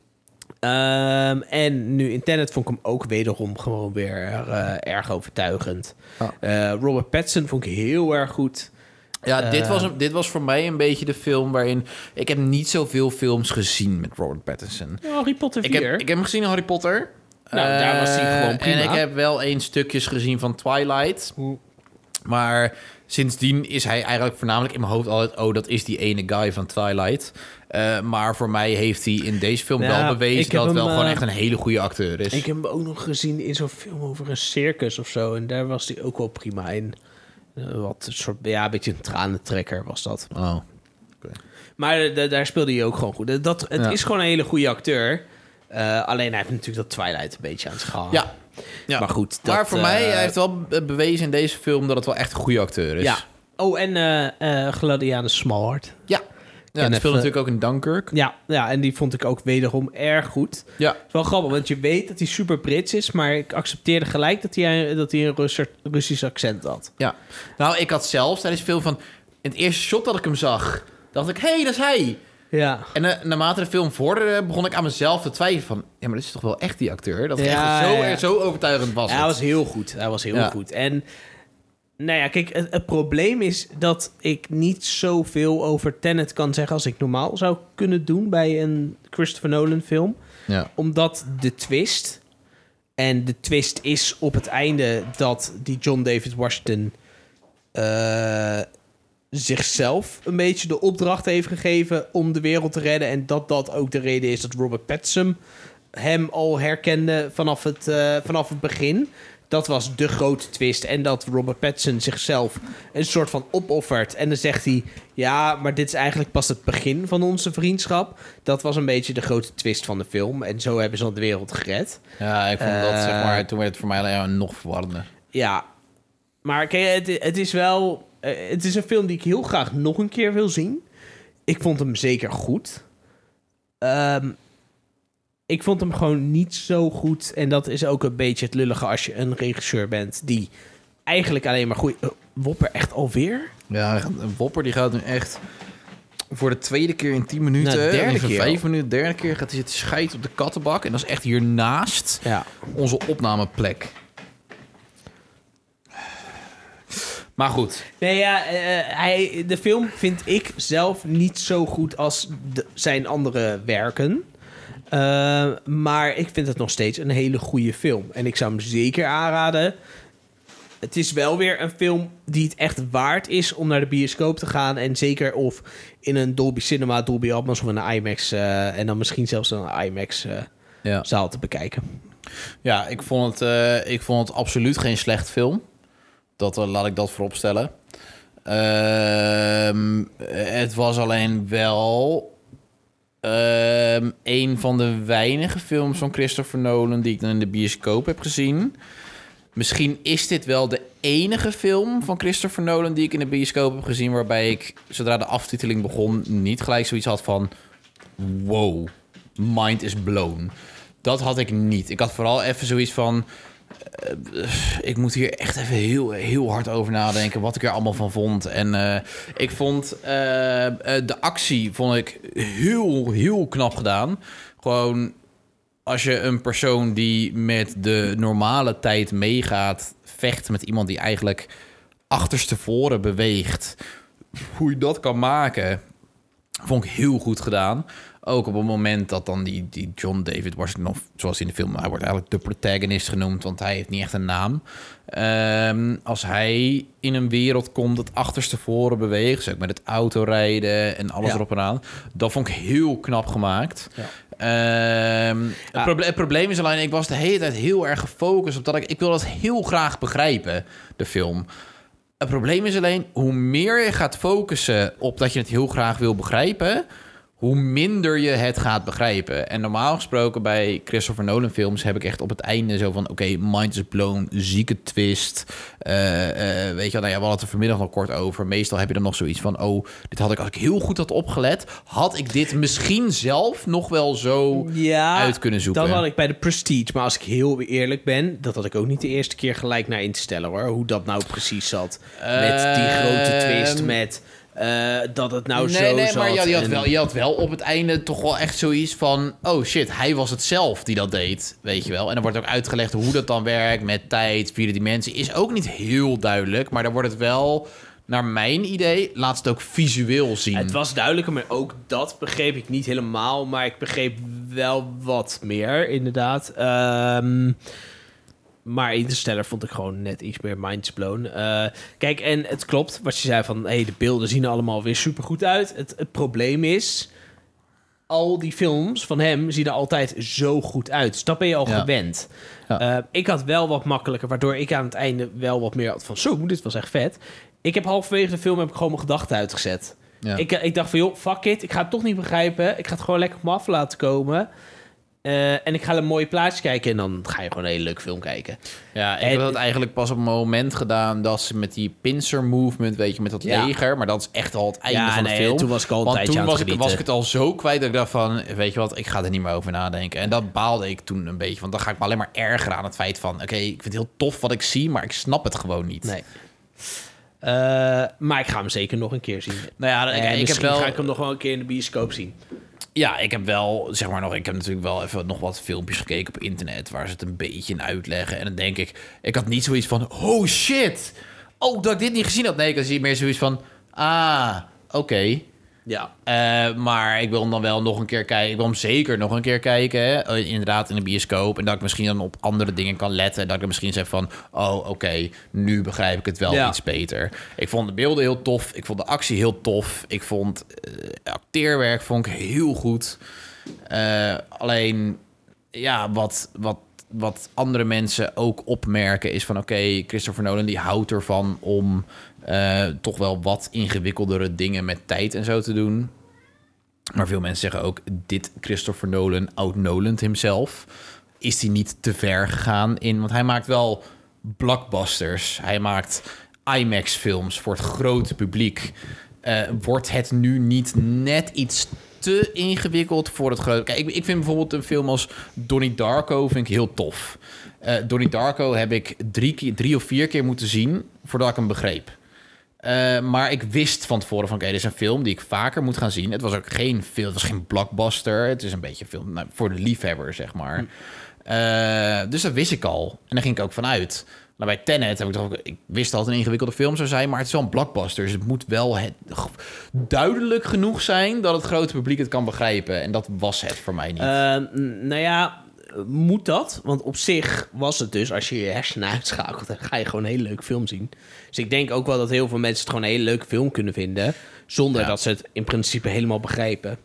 En nu in Tenet vond ik hem ook wederom gewoon weer erg overtuigend. Robert Pattinson vond ik heel erg goed. Ja, dit was voor mij een beetje de film waarin... Ik heb niet zoveel films gezien met Robert Pattinson. Harry Potter 4. Ik heb hem gezien in Harry Potter. Nou, daar was hij gewoon prima. En ik heb wel eens stukjes gezien van Twilight. Maar sindsdien is hij eigenlijk voornamelijk in mijn hoofd altijd... oh, dat is die ene guy van Twilight. Maar voor mij heeft hij in deze film wel bewezen... dat het wel gewoon echt een hele goede acteur is. Ik heb hem ook nog gezien in zo'n film over een circus of zo. En daar was hij ook wel prima in. Wat een soort, een beetje een tranentrekker was dat. Oh, okay. Maar daar speelde hij ook gewoon goed. Het is gewoon een hele goede acteur. Alleen hij heeft natuurlijk dat Twilight een beetje aan het schalen. Ja. Maar goed. Maar voor mij, hij heeft wel bewezen in deze film... dat het wel echt een goede acteur is. Ja. Oh, en Gladianus Smallheart. Ja, die speelde natuurlijk ook in Dunkirk. Ja, en die vond ik ook wederom erg goed. Ja. Het is wel grappig, want je weet dat hij super Brits is... maar ik accepteerde gelijk dat hij een Russisch accent had. Ja. Nou, ik had zelfs tijdens de film van... in het eerste shot dat ik hem zag... dacht ik, hé, dat is hij. Ja. En naarmate de film vorderde... begon ik aan mezelf te twijfelen van... ja, maar dit is toch wel echt die acteur? Dat echt zo overtuigend was. Hij was heel goed. Goed. En... nou ja, kijk, het probleem is dat ik niet zoveel over Tenet kan zeggen... als ik normaal zou kunnen doen bij een Christopher Nolan film. Ja. Omdat de twist... en de twist is op het einde dat die John David Washington... zichzelf een beetje de opdracht heeft gegeven om de wereld te redden... en dat ook de reden is dat Robert Pattinson hem al herkende vanaf het begin... Dat was de grote twist. En dat Robert Pattinson zichzelf een soort van opoffert. En dan zegt hij... ja, maar dit is eigenlijk pas het begin van onze vriendschap. Dat was een beetje de grote twist van de film. En zo hebben ze al de wereld gered. Ja, ik vond dat, zeg maar... toen werd het voor mij alleen nog verwarrender. Ja. Maar kijk, het is wel... het is een film die ik heel graag nog een keer wil zien. Ik vond hem zeker goed. Ik vond hem gewoon niet zo goed. En dat is ook een beetje het lullige als je een regisseur bent... die eigenlijk alleen maar goed... Whopper, echt alweer? Ja, Whopper die gaat nu echt... voor de tweede keer in 10 minuten... Nou, derde keer 5 minuten, derde keer gaat hij zitten scheiden op de kattenbak. En dat is echt hiernaast onze opnameplek. Maar goed. Nee, ja, de film vind ik zelf niet zo goed als zijn andere werken... maar ik vind het nog steeds een hele goede film. En ik zou hem zeker aanraden. Het is wel weer een film die het echt waard is om naar de bioscoop te gaan. En zeker of in een Dolby Cinema, Dolby Atmos of een IMAX... en dan misschien zelfs een IMAX zaal te bekijken. Ja, ik vond het absoluut geen slecht film. Laat ik dat voorop stellen. Het was alleen wel... een van de weinige films van Christopher Nolan die ik dan in de bioscoop heb gezien. Misschien is dit wel de enige film van Christopher Nolan die ik in de bioscoop heb gezien... waarbij ik, zodra de aftiteling begon, niet gelijk zoiets had van... wow, mind is blown. Dat had ik niet. Ik had vooral even zoiets van... ik moet hier echt even heel, heel hard over nadenken wat ik er allemaal van vond. En ik vond de actie vond ik heel, heel knap gedaan. Gewoon als je een persoon die met de normale tijd meegaat... vecht met iemand die eigenlijk achterstevoren beweegt... hoe je dat kan maken, vond ik heel goed gedaan. Ook op het moment dat dan die John David Washington... of zoals in de film, hij wordt eigenlijk de protagonist genoemd... want hij heeft niet echt een naam. Als hij in een wereld komt dat achterstevoren beweegt... dus ook met het autorijden en alles erop en aan... dat vond ik heel knap gemaakt. Ja. Het probleem is alleen... ik was de hele tijd heel erg gefocust op dat ik wil dat heel graag begrijpen, de film... Het probleem is alleen, hoe meer je gaat focussen op dat je het heel graag wil begrijpen... hoe minder je het gaat begrijpen. En normaal gesproken bij Christopher Nolan films... heb ik echt op het einde zo van... oké, mind is blown, zieke twist. Weet je wel, nou ja, we hadden het er vanmiddag nog kort over. Meestal heb je dan nog zoiets van... oh, dit had ik, als ik heel goed had opgelet... had ik dit misschien zelf nog wel zo uit kunnen zoeken. Dat had ik bij The Prestige. Maar als ik heel eerlijk ben... dat had ik ook niet de eerste keer gelijk naar in te stellen, hoor. Hoe dat nou precies zat. Met die grote twist, met... dat het nou zo zat. Nee, maar je had wel op het einde toch wel echt zoiets van... oh shit, hij was het zelf die dat deed, weet je wel. En dan wordt ook uitgelegd hoe dat dan werkt met tijd, vierde dimensie. Is ook niet heel duidelijk, maar dan wordt het wel... naar mijn idee, laat het ook visueel zien. Het was duidelijker, maar ook dat begreep ik niet helemaal. Maar ik begreep wel wat meer, inderdaad. Maar Interstellar vond ik gewoon net iets meer mindsblown. Kijk, en het klopt wat je zei van... de beelden zien er allemaal weer supergoed uit. Het probleem is... al die films van hem zien er altijd zo goed uit. Dus dat ben je al gewend. Ja. Ik had wel wat makkelijker... waardoor ik aan het einde wel wat meer had van... zo, dit was echt vet. Ik heb halverwege de film gewoon mijn gedachten uitgezet. Ja. Ik dacht van, joh, fuck it. Ik ga het toch niet begrijpen. Ik ga het gewoon lekker op me af laten komen... en ik ga een mooie plaatje kijken... en dan ga je gewoon een hele leuke film kijken. Ja, ik heb dat eigenlijk pas op een moment gedaan... dat ze met die pincer movement, weet je, met dat leger... maar dat is echt al het einde van de film. Toen was ik al een tijdje aan het genieten. Was ik het al zo kwijt dat ik dacht van... weet je wat, ik ga er niet meer over nadenken. En dat baalde ik toen een beetje. Want dan ga ik me alleen maar ergeren aan het feit van... oké, ik vind het heel tof wat ik zie... maar ik snap het gewoon niet. Nee. Maar ik ga hem zeker nog een keer zien. Nou ja, ik heb wel... ga ik hem nog wel een keer in de bioscoop zien. Ja, ik heb wel, zeg maar nog... ik heb natuurlijk wel even nog wat filmpjes gekeken op internet... waar ze het een beetje in uitleggen. En dan denk ik had niet zoiets van... oh shit! Oh, dat ik dit niet gezien had. Nee, ik had meer zoiets van... oké. Ja. Maar ik wil hem dan wel nog een keer kijken. Ik wil hem zeker nog een keer kijken. Hè? Inderdaad, in de bioscoop. En dat ik misschien dan op andere dingen kan letten. Dat ik misschien zeg van... oh, oké, nu begrijp ik het wel iets beter. Ik vond de beelden heel tof. Ik vond de actie heel tof. Ik vond acteerwerk vond ik heel goed. Alleen, ja, wat andere mensen ook opmerken is van... oké, Christopher Nolan die houdt ervan om... toch wel wat ingewikkeldere dingen met tijd en zo te doen. Maar veel mensen zeggen ook... dit Christopher Nolan out-Nolan himself. Is hij niet te ver gegaan in... want hij maakt wel blockbusters. Hij maakt IMAX-films voor het grote publiek. Wordt het nu niet net iets te ingewikkeld voor het grote... Kijk, ik vind bijvoorbeeld een film als Donnie Darko vind ik heel tof. Donnie Darko heb ik 3 of 4 keer moeten zien... voordat ik hem begreep. Maar ik wist van tevoren van... oké, dit is een film die ik vaker moet gaan zien. Het was ook geen film, het was geen blockbuster. Het is een beetje een film voor de liefhebber, zeg maar. Dus dat wist ik al. En daar ging ik ook vanuit. Nou, bij Tenet heb ik toch... ik wist dat het een ingewikkelde film zou zijn... maar het is wel een blockbuster. Dus het moet wel duidelijk genoeg zijn... dat het grote publiek het kan begrijpen. En dat was het voor mij niet. Nou ja... moet dat? Want op zich was het dus... als je je hersenen uitschakelt... dan ga je gewoon een hele leuke film zien. Dus ik denk ook wel dat heel veel mensen... het gewoon een hele leuke film kunnen vinden... zonder dat ze het in principe helemaal begrijpen.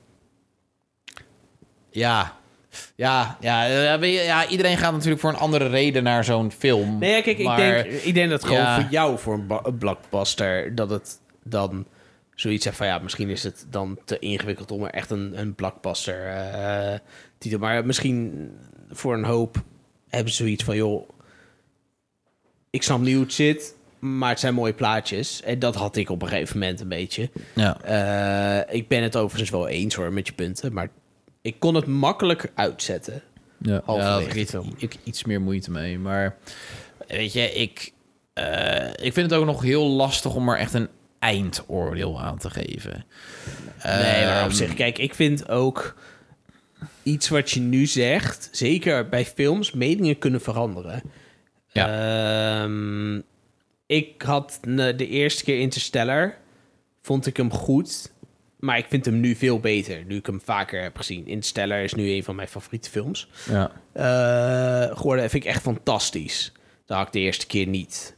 Ja, iedereen gaat natuurlijk voor een andere reden naar zo'n film. Nee, kijk, ik denk dat gewoon voor jou... voor een blockbuster... dat het dan... zoiets zegt van ja, misschien is het dan te ingewikkeld... om er echt een blockbuster titel... maar misschien... voor een hoop hebben ze zoiets van... joh, ik snap niet hoe het zit... maar het zijn mooie plaatjes. En dat had ik op een gegeven moment een beetje. Ja. Ik ben het overigens wel eens hoor met je punten... maar ik kon het makkelijk uitzetten. Ja, daar had ik iets meer moeite mee. Maar weet je, ik vind het ook nog heel lastig... om er echt een eindoordeel aan te geven. Nee, maar op zich... kijk, ik vind ook... iets wat je nu zegt, zeker bij films, meningen kunnen veranderen. Ja. Ik had de eerste keer Interstellar, vond ik hem goed, maar ik vind hem nu veel beter, nu ik hem vaker heb gezien. Interstellar is nu een van mijn favoriete films. Ja. Geworden vind ik echt fantastisch. Dat had ik de eerste keer niet.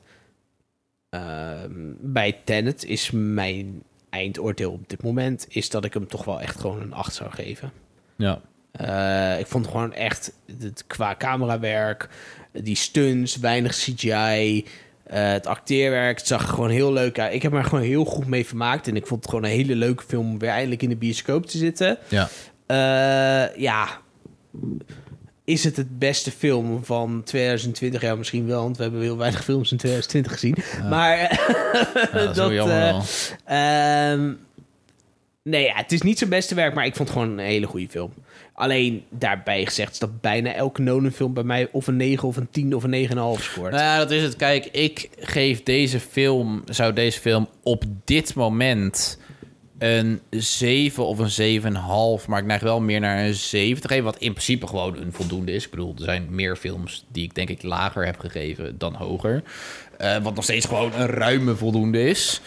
Bij Tenet is mijn eindoordeel op dit moment... is dat ik hem toch wel echt gewoon een 8 zou geven. Ja. Ik vond gewoon echt qua camerawerk, die stunts, weinig CGI, het acteerwerk, het zag er gewoon heel leuk uit. Ik heb me er gewoon heel goed mee vermaakt en ik vond het gewoon een hele leuke film om weer eindelijk in de bioscoop te zitten. Ja. Is het beste film van 2020? Ja, misschien wel, want we hebben heel weinig films in 2020 gezien. Ja. Maar dat is jammer wel. Nee, ja, het is niet zijn beste werk, maar ik vond het gewoon een hele goede film. Alleen daarbij gezegd is dat bijna elke Nolan-film bij mij of een 9 of een 10 of een 9,5 scoort. Nou ja, dat is het. Kijk, ik geef zou deze film op dit moment een 7 of een 7,5, maar ik neig wel meer naar een 7 te geven, wat in principe gewoon een voldoende is. Ik bedoel, er zijn meer films die ik denk ik lager heb gegeven dan hoger. Wat nog steeds gewoon een ruime voldoende is.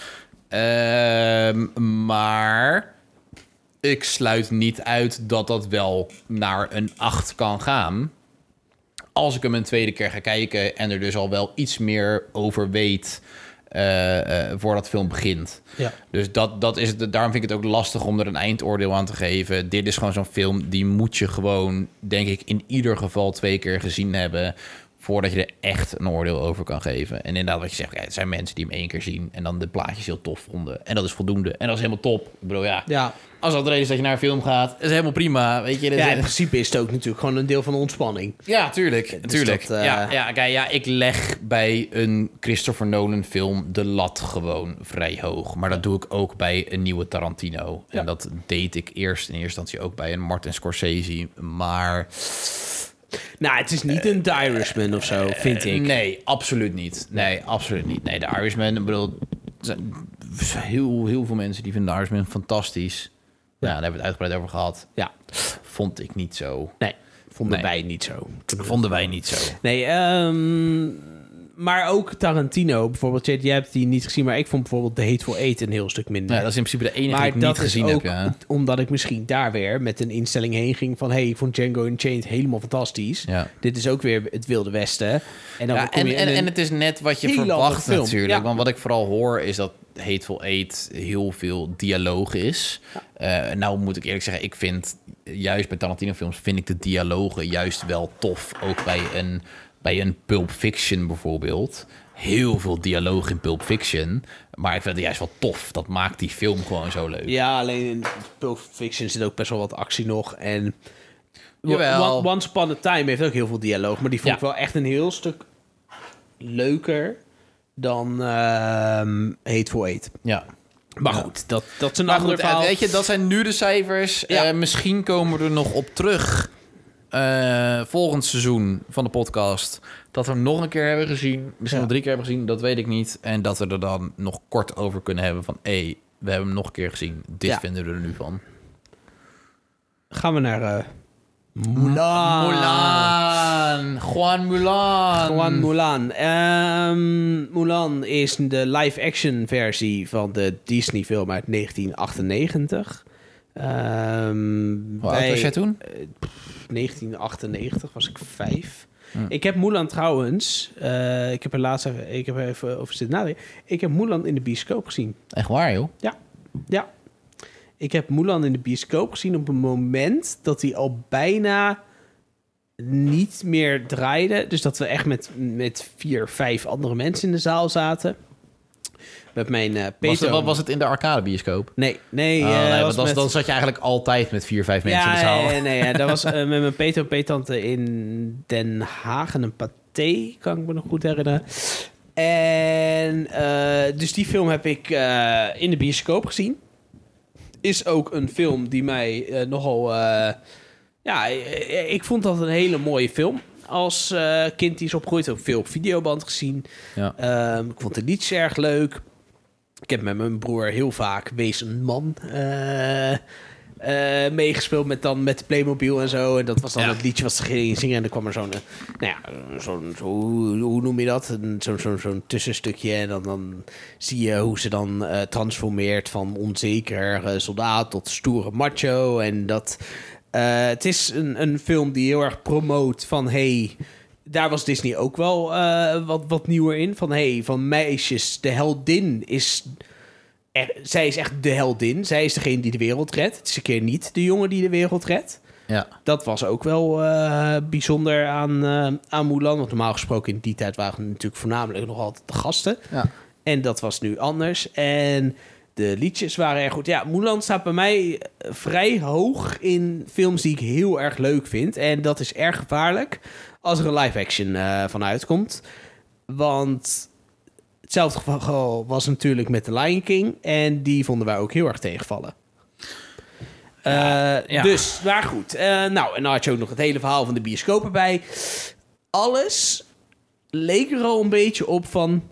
Maar ik sluit niet uit dat dat wel naar een 8 kan gaan. als ik hem een tweede keer ga kijken en er dus al wel iets meer over weet voordat de film begint. Ja. Dus dat is het. Daarom vind ik het ook lastig om er een eindoordeel aan te geven. Dit is gewoon zo'n film, die moet je gewoon, denk ik, in ieder geval 2 keer gezien hebben voordat je er echt een oordeel over kan geven. En inderdaad, wat je zegt, het zijn mensen die hem 1 keer zien en dan de plaatjes heel tof vonden. En dat is voldoende. En dat is helemaal top. Ik bedoel, als dat de reden is dat je naar een film gaat, is helemaal prima. Weet je, in principe is het ook natuurlijk gewoon een deel van de ontspanning. Ja, tuurlijk. Dus ik leg bij een Christopher Nolan film de lat gewoon vrij hoog. Maar dat doe ik ook bij een nieuwe Tarantino. En dat deed ik in eerste instantie ook bij een Martin Scorsese. Maar nou, het is niet een The Irishman of zo, vind ik. Nee, absoluut niet. Nee, The Irishman, ik bedoel, er zijn heel veel mensen die vinden The Irishman fantastisch. Ja, daar hebben we het uitgebreid over gehad. Ja, vond ik niet zo. Nee, vonden wij niet zo. Vonden wij niet zo. Nee, maar ook Tarantino, bijvoorbeeld. Jij hebt die niet gezien, maar ik vond bijvoorbeeld The Hateful Eight een heel stuk minder. Ja, dat is in principe de enige die ik niet gezien heb. Ja. Omdat ik misschien daar weer met een instelling heen ging van, ik vond Django Unchained helemaal fantastisch. Ja. Dit is ook weer het Wilde Westen. En dan en het is net wat je verwacht natuurlijk. Ja. Want wat ik vooral hoor is dat Hateful Eight heel veel dialoog is. Ja. Nou moet ik eerlijk zeggen, ik vind juist bij Tarantino films vind ik de dialogen juist wel tof. Ook bij een Pulp Fiction bijvoorbeeld. Heel veel dialoog in Pulp Fiction. Maar ik vind het juist wel tof. Dat maakt die film gewoon zo leuk. Ja, alleen in Pulp Fiction zit ook best wel wat actie nog. En Once Upon a Time heeft ook heel veel dialoog. Maar die vond ik wel echt een heel stuk leuker dan Hateful Eight. Ja. Maar goed, dat is een ander verhaal. Weet je, dat zijn nu de cijfers. Ja. Misschien komen we er nog op terug. Volgend seizoen van de podcast, dat we hem nog een keer hebben gezien, misschien wel 3 keer hebben gezien, dat weet ik niet. En dat we er dan nog kort over kunnen hebben van, we hebben hem nog een keer gezien. Dit vinden we er nu van. Gaan we naar Mulan. Juan Mulan. Mulan is de live-action versie van de Disney-film uit 1998. Hoe oud was jij toen? 1998 was ik 5. Ik heb Mulan trouwens... ik heb er even over zitten nadenken. Ik heb Mulan in de bioscoop gezien. Echt waar, joh? Ja. Ik heb Mulan in de bioscoop gezien op een moment dat hij al bijna niet meer draaide. Dus dat we echt met 4, 5 andere mensen in de zaal zaten. Met mijn Peter. Was het in de arcadebioscoop? Nee. Dan zat je eigenlijk altijd met 4, 5 mensen in de zaal. Nee. Dat was met mijn Peter en peetante in Den Haag en een paté, kan ik me nog goed herinneren. En dus die film heb ik in de bioscoop gezien. Is ook een film die mij nogal... ik vond dat een hele mooie film. Als kind die is opgegroeid, ook veel op videoband gezien. Ja. Ik vond het liedje erg leuk. Ik heb met mijn broer heel vaak Wees een Man meegespeeld met de Playmobil en zo. En dat was dan het liedje wat ze gingen zingen. En dan kwam er hoe noem je dat? Zo'n tussenstukje. En dan zie je hoe ze dan transformeert van onzeker soldaat tot stoere macho. En dat... het is een film die heel erg promoot van... daar was Disney ook wel wat nieuwer in. Van meisjes, de heldin is... zij is echt de heldin. Zij is degene die de wereld redt. Het is een keer niet de jongen die de wereld redt. Ja. Dat was ook wel bijzonder aan Mulan. Want normaal gesproken in die tijd waren we natuurlijk voornamelijk nog altijd de gasten. Ja. En dat was nu anders. En... de liedjes waren erg goed. Ja, Mulan staat bij mij vrij hoog in films die ik heel erg leuk vind. En dat is erg gevaarlijk als er een live-action van uitkomt. Want hetzelfde geval was natuurlijk met The Lion King. En die vonden wij ook heel erg tegenvallen. Dus, maar goed. En dan had je ook nog het hele verhaal van de bioscoop erbij. Alles leek er al een beetje op van...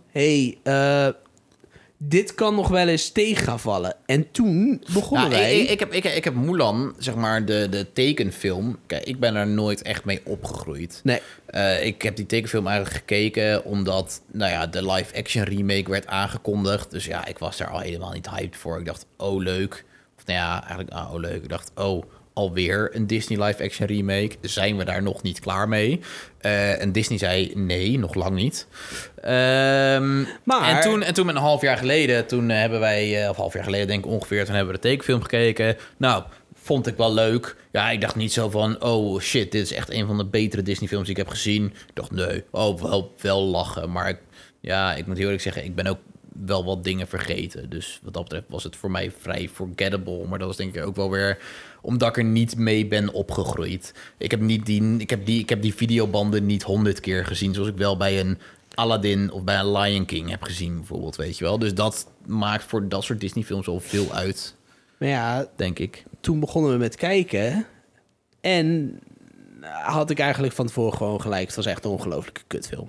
dit kan nog wel eens tegen gaan vallen. En toen begonnen wij... Ik heb Mulan, zeg maar, de tekenfilm... Kijk, ik ben er nooit echt mee opgegroeid. Nee. Ik heb die tekenfilm eigenlijk gekeken... omdat, de live-action remake werd aangekondigd. Dus ik was daar al helemaal niet hyped voor. Ik dacht, leuk. Of leuk. Ik dacht, alweer een Disney live-action remake? Zijn we daar nog niet klaar mee? En Disney zei nee, nog lang niet. Maar... En toen een half jaar geleden, toen hebben wij... of half jaar geleden denk ik ongeveer, toen hebben we de tekenfilm gekeken. Nou, vond ik wel leuk. Ja, ik dacht niet zo van... oh shit, dit is echt een van de betere Disney-films die ik heb gezien. Ik dacht nee, wel lachen. Maar ik moet heel eerlijk zeggen, ik ben ook wel wat dingen vergeten. Dus wat dat betreft was het voor mij vrij forgettable. Maar dat was denk ik ook wel weer omdat ik er niet mee ben opgegroeid. Ik heb die videobanden niet 100 keer gezien, zoals ik wel bij een Aladdin of bij een Lion King heb gezien bijvoorbeeld, weet je wel. Dus dat maakt voor dat soort Disney-films al veel uit. Maar ja, denk ik. Toen begonnen we met kijken en had ik eigenlijk van tevoren gewoon gelijk. Het was echt een ongelooflijke kutfilm.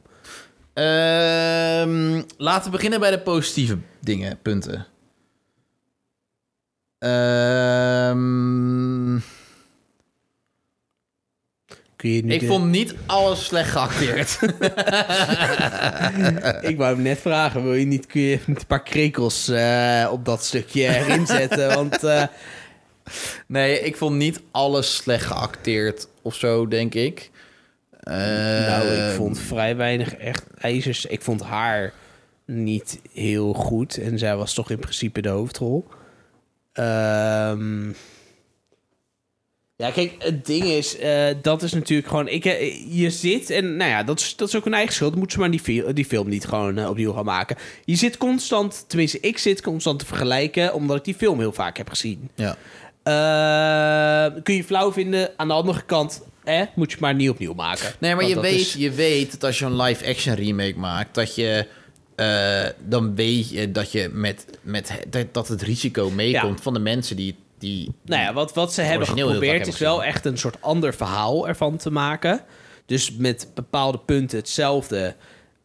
Laten we beginnen bij de positieve dingen, punten. Ik vond niet alles slecht geacteerd. Ik wou hem net vragen, kun je een paar krekels op dat stukje erin zetten? Want nee, ik vond niet alles slecht geacteerd of zo, denk ik. Ik vond vrij weinig echt ijzers. Ik vond haar niet heel goed. En zij was toch in principe de hoofdrol. Ja, kijk, het ding is... dat is natuurlijk gewoon... je zit en... Nou ja, dat is ook een eigen schuld. Moeten ze maar die film niet gewoon opnieuw gaan maken. Je zit constant... Tenminste, ik zit constant te vergelijken... omdat ik die film heel vaak heb gezien. Ja. Kun je flauw vinden. Aan de andere kant... moet je maar niet opnieuw maken. Nee, maar je weet dat als je een live-action remake maakt... dat je... dan weet je dat je dat het risico meekomt van de mensen die nou ja, wat ze hebben geprobeerd is wel echt een soort ander verhaal ervan te maken. Dus met bepaalde punten hetzelfde,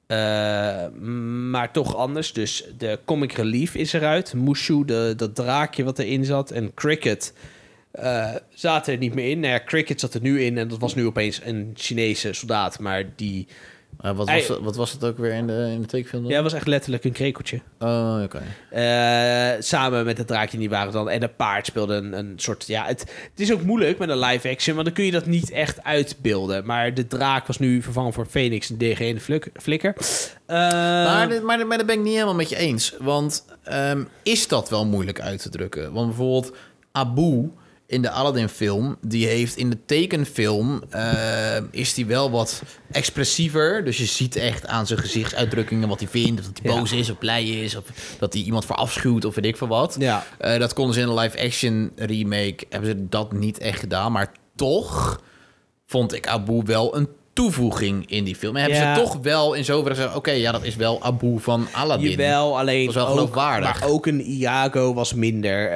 maar toch anders. Dus de comic relief is eruit. Mushu, dat draakje wat erin zat, en Cricket zaten er niet meer in. Nou ja, Cricket zat er nu in en dat was nu opeens een Chinese soldaat, maar die... Wat was het ook weer in de tekenfilm dan? Ja, het was echt letterlijk een krekeltje. Oh, oké. Samen met het draakje, die waren dan... En een paard speelde een soort... Ja, het is ook moeilijk met een live action... want dan kun je dat niet uitbeelden. Maar de draak was nu vervangen voor Phoenix en DG Flikker. Maar daar ben ik niet helemaal met je eens. Want is dat wel moeilijk uit te drukken? Want bijvoorbeeld Abu... in de Aladdin-film, die heeft in de tekenfilm... is die wel wat expressiever. Dus je ziet echt aan zijn gezichtsuitdrukkingen... wat hij vindt, of dat hij boos is of blij is... of dat hij iemand verafschuwt of weet ik veel wat. Ja. Dat konden ze in een live-action remake... hebben ze dat niet echt gedaan. Maar toch vond ik Abu wel een toevoeging in die film. En hebben ze toch wel in zoverre gezegd... oké, dat is wel Abu van Aladdin. Jawel, alleen dat was wel geloofwaardig. Maar ook een Iago was minder.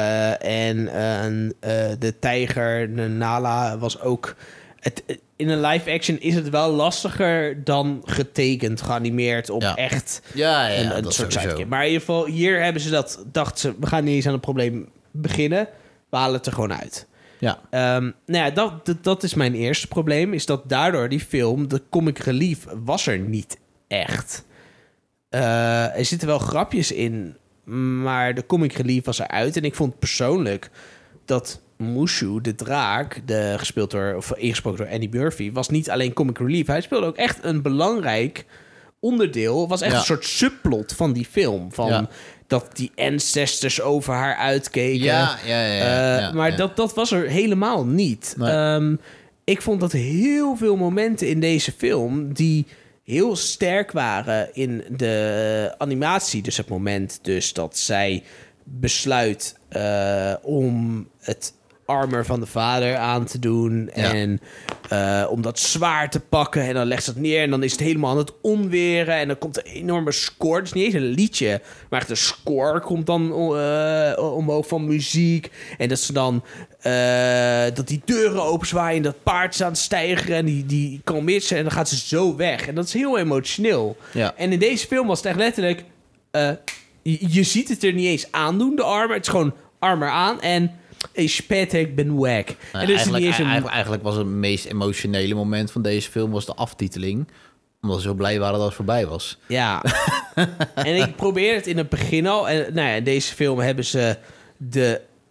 De tijger, de Nala, was ook... in een live-action is het wel lastiger dan getekend, geanimeerd op echt een soort sidekick. Maar in ieder geval, hier hebben ze dachten ze, we gaan niet eens aan het probleem beginnen. We halen het er gewoon uit. Ja. Dat is mijn eerste probleem. Is dat daardoor die film, de comic relief, was er niet echt. Er zitten wel grapjes in, maar de comic relief was eruit. En ik vond persoonlijk dat Mushu, de draak, ingesproken door Andy Murphy, was niet alleen comic relief. Hij speelde ook echt een belangrijk onderdeel. Het was echt een soort subplot van die film. Dat die ancestors over haar uitkeken. Maar dat was er helemaal niet. Nee. Ik vond dat heel veel momenten in deze film... die heel sterk waren in de animatie. Dus het moment dus dat zij besluit om het armor van de vader aan te doen... en om dat zwaard te pakken... en dan legt ze het neer en dan is het helemaal aan het onweren... en dan komt een enorme score. Het is niet eens een liedje, maar echt een score komt dan omhoog van muziek... en dat ze dan dat die deuren openzwaaien... en dat paard is aan het stijgen en die kalmeert ze... en dan gaat ze zo weg. En dat is heel emotioneel. Ja. En in deze film was het echt letterlijk... je ziet het er niet eens aandoen, de armor. Het is gewoon armor aan en... Hey, spet, ik ben wack. Nou, eigenlijk was het meest emotionele moment van deze film... was de aftiteling. Omdat ze zo blij waren dat het voorbij was. Ja. En ik probeer het in het begin al. En in deze film hebben ze de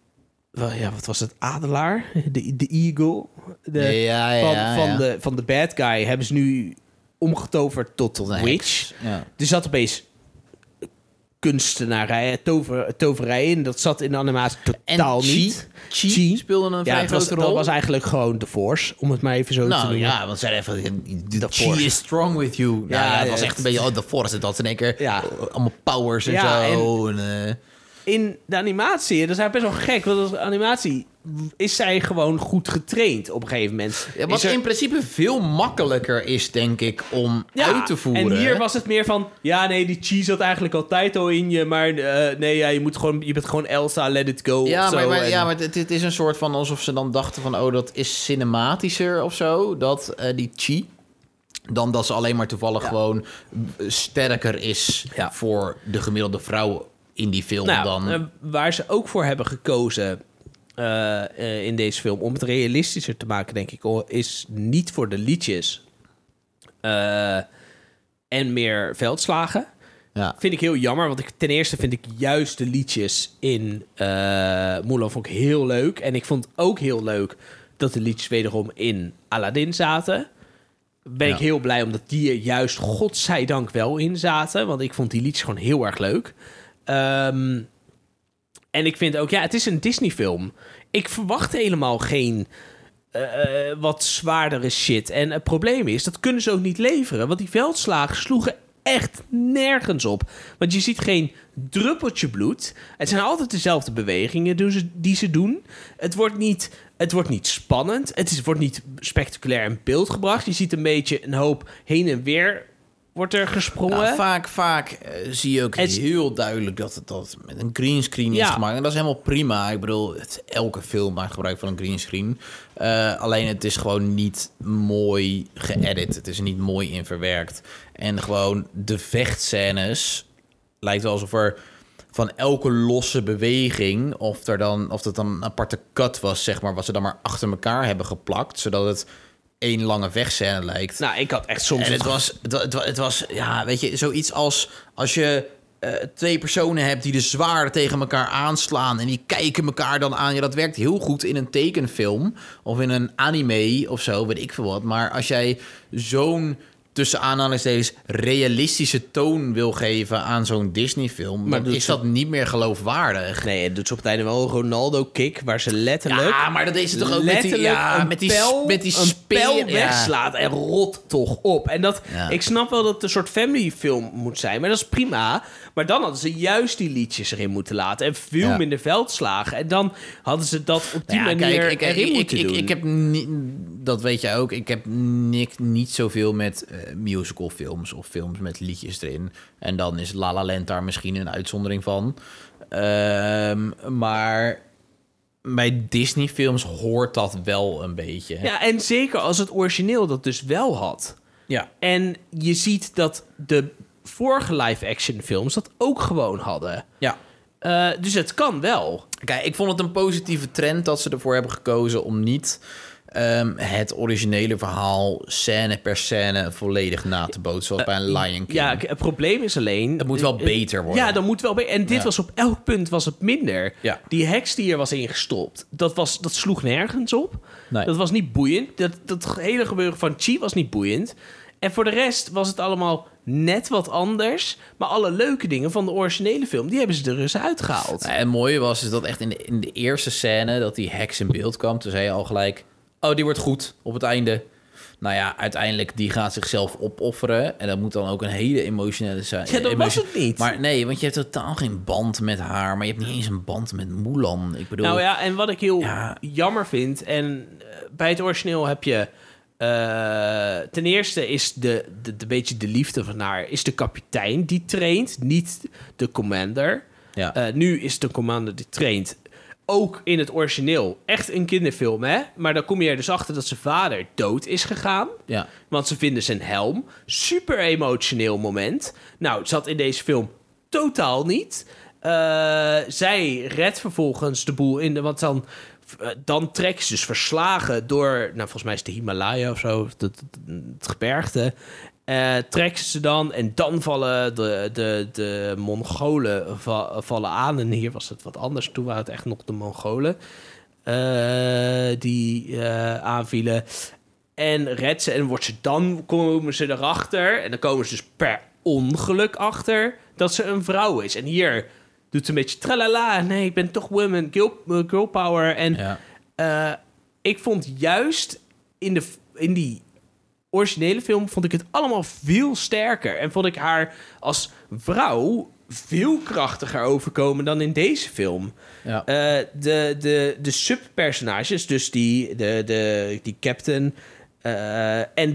Wat was het? Adelaar? De Eagle? Van de bad guy hebben ze nu omgetoverd tot een witch. Ja. Er zat opeens kunstenarij, toverij in. Dat zat in de animatie totaal niet. Chi speelde een vrij grote rol. Dat was eigenlijk gewoon The Force, om het maar even zo te noemen. Ja, want zij even... Chi is strong with you. Het was echt een beetje... The Force, dat in één keer allemaal powers en zo. In de animatie, dat is eigenlijk best wel gek, want als animatie is zij gewoon goed getraind op een gegeven moment. Ja, wat in principe veel makkelijker is, denk ik, om uit te voeren. En hier was het meer van, die Chi zat eigenlijk altijd al in je, maar je bent gewoon Elsa, let it go. Ja, maar het is een soort van alsof ze dan dachten van, dat is cinematischer of zo, dat die Chi, dan dat ze alleen maar toevallig gewoon sterker is voor de gemiddelde vrouw in die film dan. Waar ze ook voor hebben gekozen in deze film om het realistischer te maken, denk ik, is niet voor de liedjes en meer veldslagen. Ja. Vind ik heel jammer, want ten eerste vind ik juist de liedjes in Mulan vond ik heel leuk. En ik vond ook heel leuk dat de liedjes wederom in Aladdin zaten. Ben ik heel blij, omdat die er juist godzijdank wel in zaten. Want ik vond die liedjes gewoon heel erg leuk. En ik vind ook, het is een Disney-film. Ik verwacht helemaal geen wat zwaardere shit. En het probleem is, dat kunnen ze ook niet leveren. Want die veldslagen sloegen echt nergens op. Want je ziet geen druppeltje bloed. Het zijn altijd dezelfde bewegingen die ze doen. Het wordt niet spannend. Het wordt niet spectaculair in beeld gebracht. Je ziet een beetje een hoop heen en weer wordt er gesprongen. Vaak zie je ook heel duidelijk dat het met een greenscreen is gemaakt. En dat is helemaal prima. Ik bedoel, elke film maakt gebruik van een greenscreen. Alleen het is gewoon niet mooi geëdit. Het is niet mooi in verwerkt. En gewoon de vechtscènes lijkt wel alsof er van elke losse beweging, of het dan een aparte cut was, zeg maar, wat ze dan maar achter elkaar hebben geplakt, zodat het één lange vechtscène lijkt. Nou, ik had echt soms... En het was weet je, zoiets als je twee personen hebt die de zwaarden tegen elkaar aanslaan en die kijken elkaar dan aan. Ja, dat werkt heel goed in een tekenfilm of in een anime of zo, weet ik veel wat. Maar als jij zo'n, tussen aanhalingstekens, realistische toon wil geven aan zo'n Disney-film, dan is dat niet meer geloofwaardig. Nee, het doet ze op het einde wel een Ronaldo-kick, waar ze letterlijk... Ja, maar dat deed ze toch ook met die spel wegslaat en rot toch op. En dat, ik snap wel dat het een soort family-film moet zijn, maar dat is prima. Maar dan hadden ze juist die liedjes erin moeten laten en veel minder veldslagen. En dan hadden ze dat op die manier erin moeten doen. Ik heb dat weet jij ook. Ik heb niet zoveel met musicalfilms of films met liedjes erin. En dan is La La Land daar misschien een uitzondering van. Maar bij Disney-films hoort dat wel een beetje. Ja, en zeker als het origineel dat dus wel had. Ja. En je ziet dat de vorige live-action films dat ook gewoon hadden. Ja. Dus het kan wel. Kijk, ik vond het een positieve trend dat ze ervoor hebben gekozen om niet het originele verhaal scène per scène volledig na te bootsen, zoals bij een Lion King. Ja, het probleem is alleen... Het moet wel beter worden. Ja, dat moet wel beter. En dit was op elk punt was het minder. Ja. Die heks die er was ingestopt, dat sloeg nergens op. Nee. Dat was niet boeiend. Dat hele gebeuren van Chi was niet boeiend. En voor de rest was het allemaal net wat anders. Maar alle leuke dingen van de originele film, die hebben ze er dus uitgehaald. En het mooie was is dat echt in de eerste scène dat die heks in beeld kwam, toen zei je al gelijk, oh, die wordt goed op het einde. Nou ja, uiteindelijk, die gaat zichzelf opofferen. En dat moet dan ook een hele emotionele zijn. Ja, dat was het niet. Maar nee, want je hebt totaal geen band met haar. Maar je hebt niet eens een band met Mulan. Ik bedoel... Nou ja, en wat ik heel jammer vind, en bij het origineel heb je... ten eerste is de beetje de liefde van haar is de kapitein die traint, niet de commander. Ja. Nu is de commander die traint. Ook in het origineel echt een kinderfilm, hè? Maar dan kom je er dus achter dat zijn vader dood is gegaan. Ja. Want ze vinden zijn helm. Super emotioneel moment. Nou, het zat in deze film totaal niet. Zij redt vervolgens de boel in de... Want dan trekken ze dus verslagen door... Nou, volgens mij is het de Himalaya of zo. Het gebergte. trekken ze dan en dan vallen de Mongolen vallen aan. En hier was het wat anders. Toen waren het echt nog de Mongolen die aanvielen. En redt ze en dan komen ze erachter. En dan komen ze dus per ongeluk achter dat ze een vrouw is. En hier doet ze een beetje tralala. Nee, ik ben toch woman, girl power. En ik vond juist in die originele film vond ik het allemaal veel sterker. En vond ik haar als vrouw veel krachtiger overkomen dan in deze film. Ja. De subpersonages, dus die captain en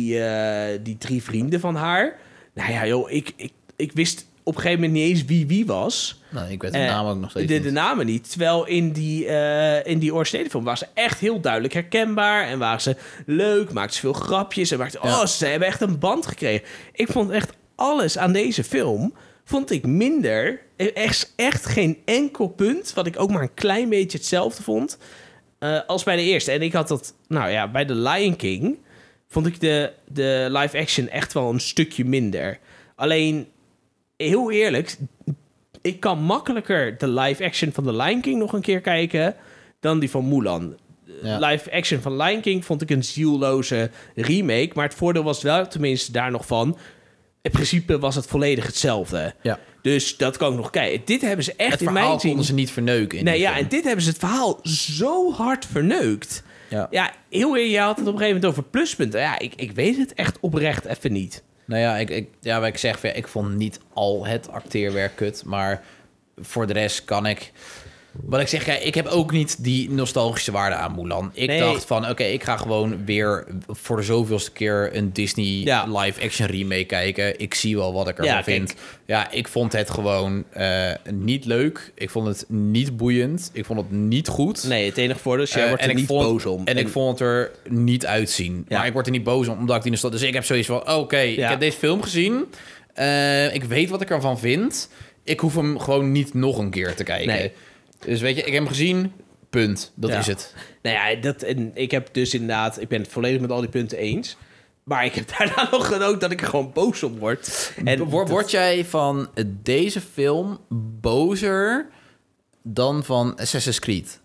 die drie vrienden van haar. Nou ja, joh, ik wist op een gegeven moment niet eens wie was. Nou, ik weet de naam ook nog steeds niet. De namen niet. Terwijl in die originele film waren ze echt heel duidelijk herkenbaar. En waren ze leuk, maakten ze veel grapjes. En ze hebben echt een band gekregen. Ik vond echt alles aan deze film vond ik minder. Echt geen enkel punt, wat ik ook maar een klein beetje hetzelfde vond, als bij de eerste. En ik had dat, bij The Lion King vond ik de live action echt wel een stukje minder. Alleen, heel eerlijk, ik kan makkelijker de live action van The Lion King nog een keer kijken dan die van Mulan. Ja. Live action van Lion King vond ik een zielloze remake, maar het voordeel was wel tenminste daar nog van, in principe was het volledig hetzelfde. Ja. Dus dat kan ik nog kijken. Dit hebben ze echt het in mijn zin... Het verhaal konden ze niet verneuken. En dit hebben ze het verhaal zo hard verneukt. Ja, heel eerlijk, je had het op een gegeven moment over pluspunten. Ja, ik weet het echt oprecht even niet. Nou ja, wat ik zeg, ik vond niet al het acteerwerk kut, maar voor de rest kan ik... Wat ik zeg, ik heb ook niet die nostalgische waarde aan Mulan. Ik dacht van, oké, ik ga gewoon weer voor de zoveelste keer een Disney live-action remake kijken. Ik zie wel wat ik ervan vind. Ja, ik vond het gewoon niet leuk. Ik vond het niet boeiend. Ik vond het niet goed. Nee, het enige voordeel is, jij wordt er niet boos om. En ik vond het er niet uitzien. Ja. Maar ik word er niet boos om, omdat ik die nostalgie... Dus ik heb zoiets van, oké, ik heb deze film gezien. Ik weet wat ik ervan vind. Ik hoef hem gewoon niet nog een keer te kijken. Nee. Dus weet je, ik heb hem gezien, punt. Dat is het. Nou ja, ik heb dus inderdaad... Ik ben het volledig met al die punten eens. Maar ik heb daarna nog ook dat ik er gewoon boos op word. En word jij van deze film bozer dan van Assassin's Creed?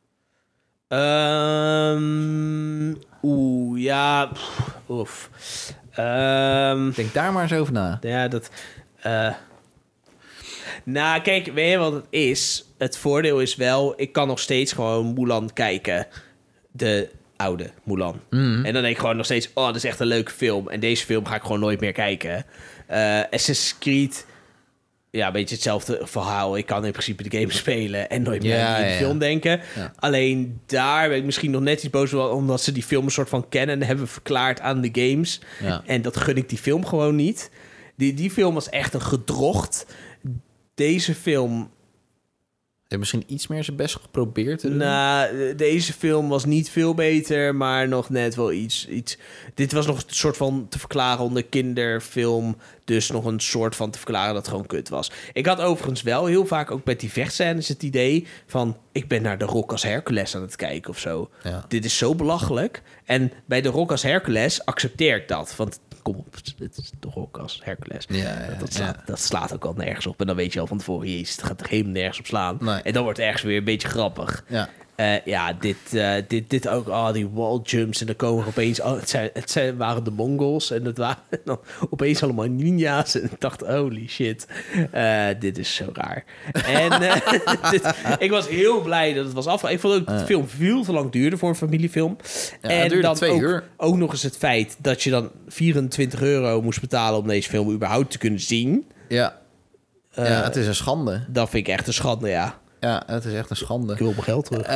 Denk daar maar eens over na. Ja, dat... Nou, kijk, weet je wat het is? Het voordeel is wel, ik kan nog steeds gewoon Mulan kijken. De oude Mulan. Mm-hmm. En dan denk ik gewoon nog steeds, dat is echt een leuke film. En deze film ga ik gewoon nooit meer kijken. Assassin's Creed, een beetje hetzelfde verhaal. Ik kan in principe de game spelen en nooit meer in de film denken. Ja. Alleen daar ben ik misschien nog net iets boos op, omdat ze die film een soort van kennen hebben verklaard aan de games. Ja. En dat gun ik die film gewoon niet. Die film was echt een gedrocht. Deze film... Hij misschien iets meer zijn best geprobeerd te doen? Nou, deze film was niet veel beter, maar nog net wel iets... Dit was nog een soort van te verklaren onder kinderfilm. Dus nog een soort van te verklaren dat het gewoon kut was. Ik had overigens wel heel vaak ook met die vechtscènes het idee van... ik ben naar de Rock als Hercules aan het kijken of zo. Ja. Dit is zo belachelijk. En bij de Rock als Hercules accepteer ik dat. Want kom op, het is toch ook als Hercules. Dat slaat ook al nergens op. En dan weet je al van tevoren, jezus, het gaat er helemaal nergens op slaan. Nee. En dan wordt het ergens weer een beetje grappig. Ja. Dit ook, die wall jumps. En dan komen er opeens, waren de Mongols. En het waren dan opeens allemaal ninja's. En ik dacht, holy shit, dit is zo raar. En ik was heel blij dat het was af. Ik vond ook dat de film veel te lang duurde voor een familiefilm. Ja, en dan 2 uur. Ook nog eens het feit dat je dan €24 moest betalen om deze film überhaupt te kunnen zien. Ja, het is een schande. Dat vind ik echt een schande, ja. Ja, het is echt een schande. Ik wil mijn geld terug.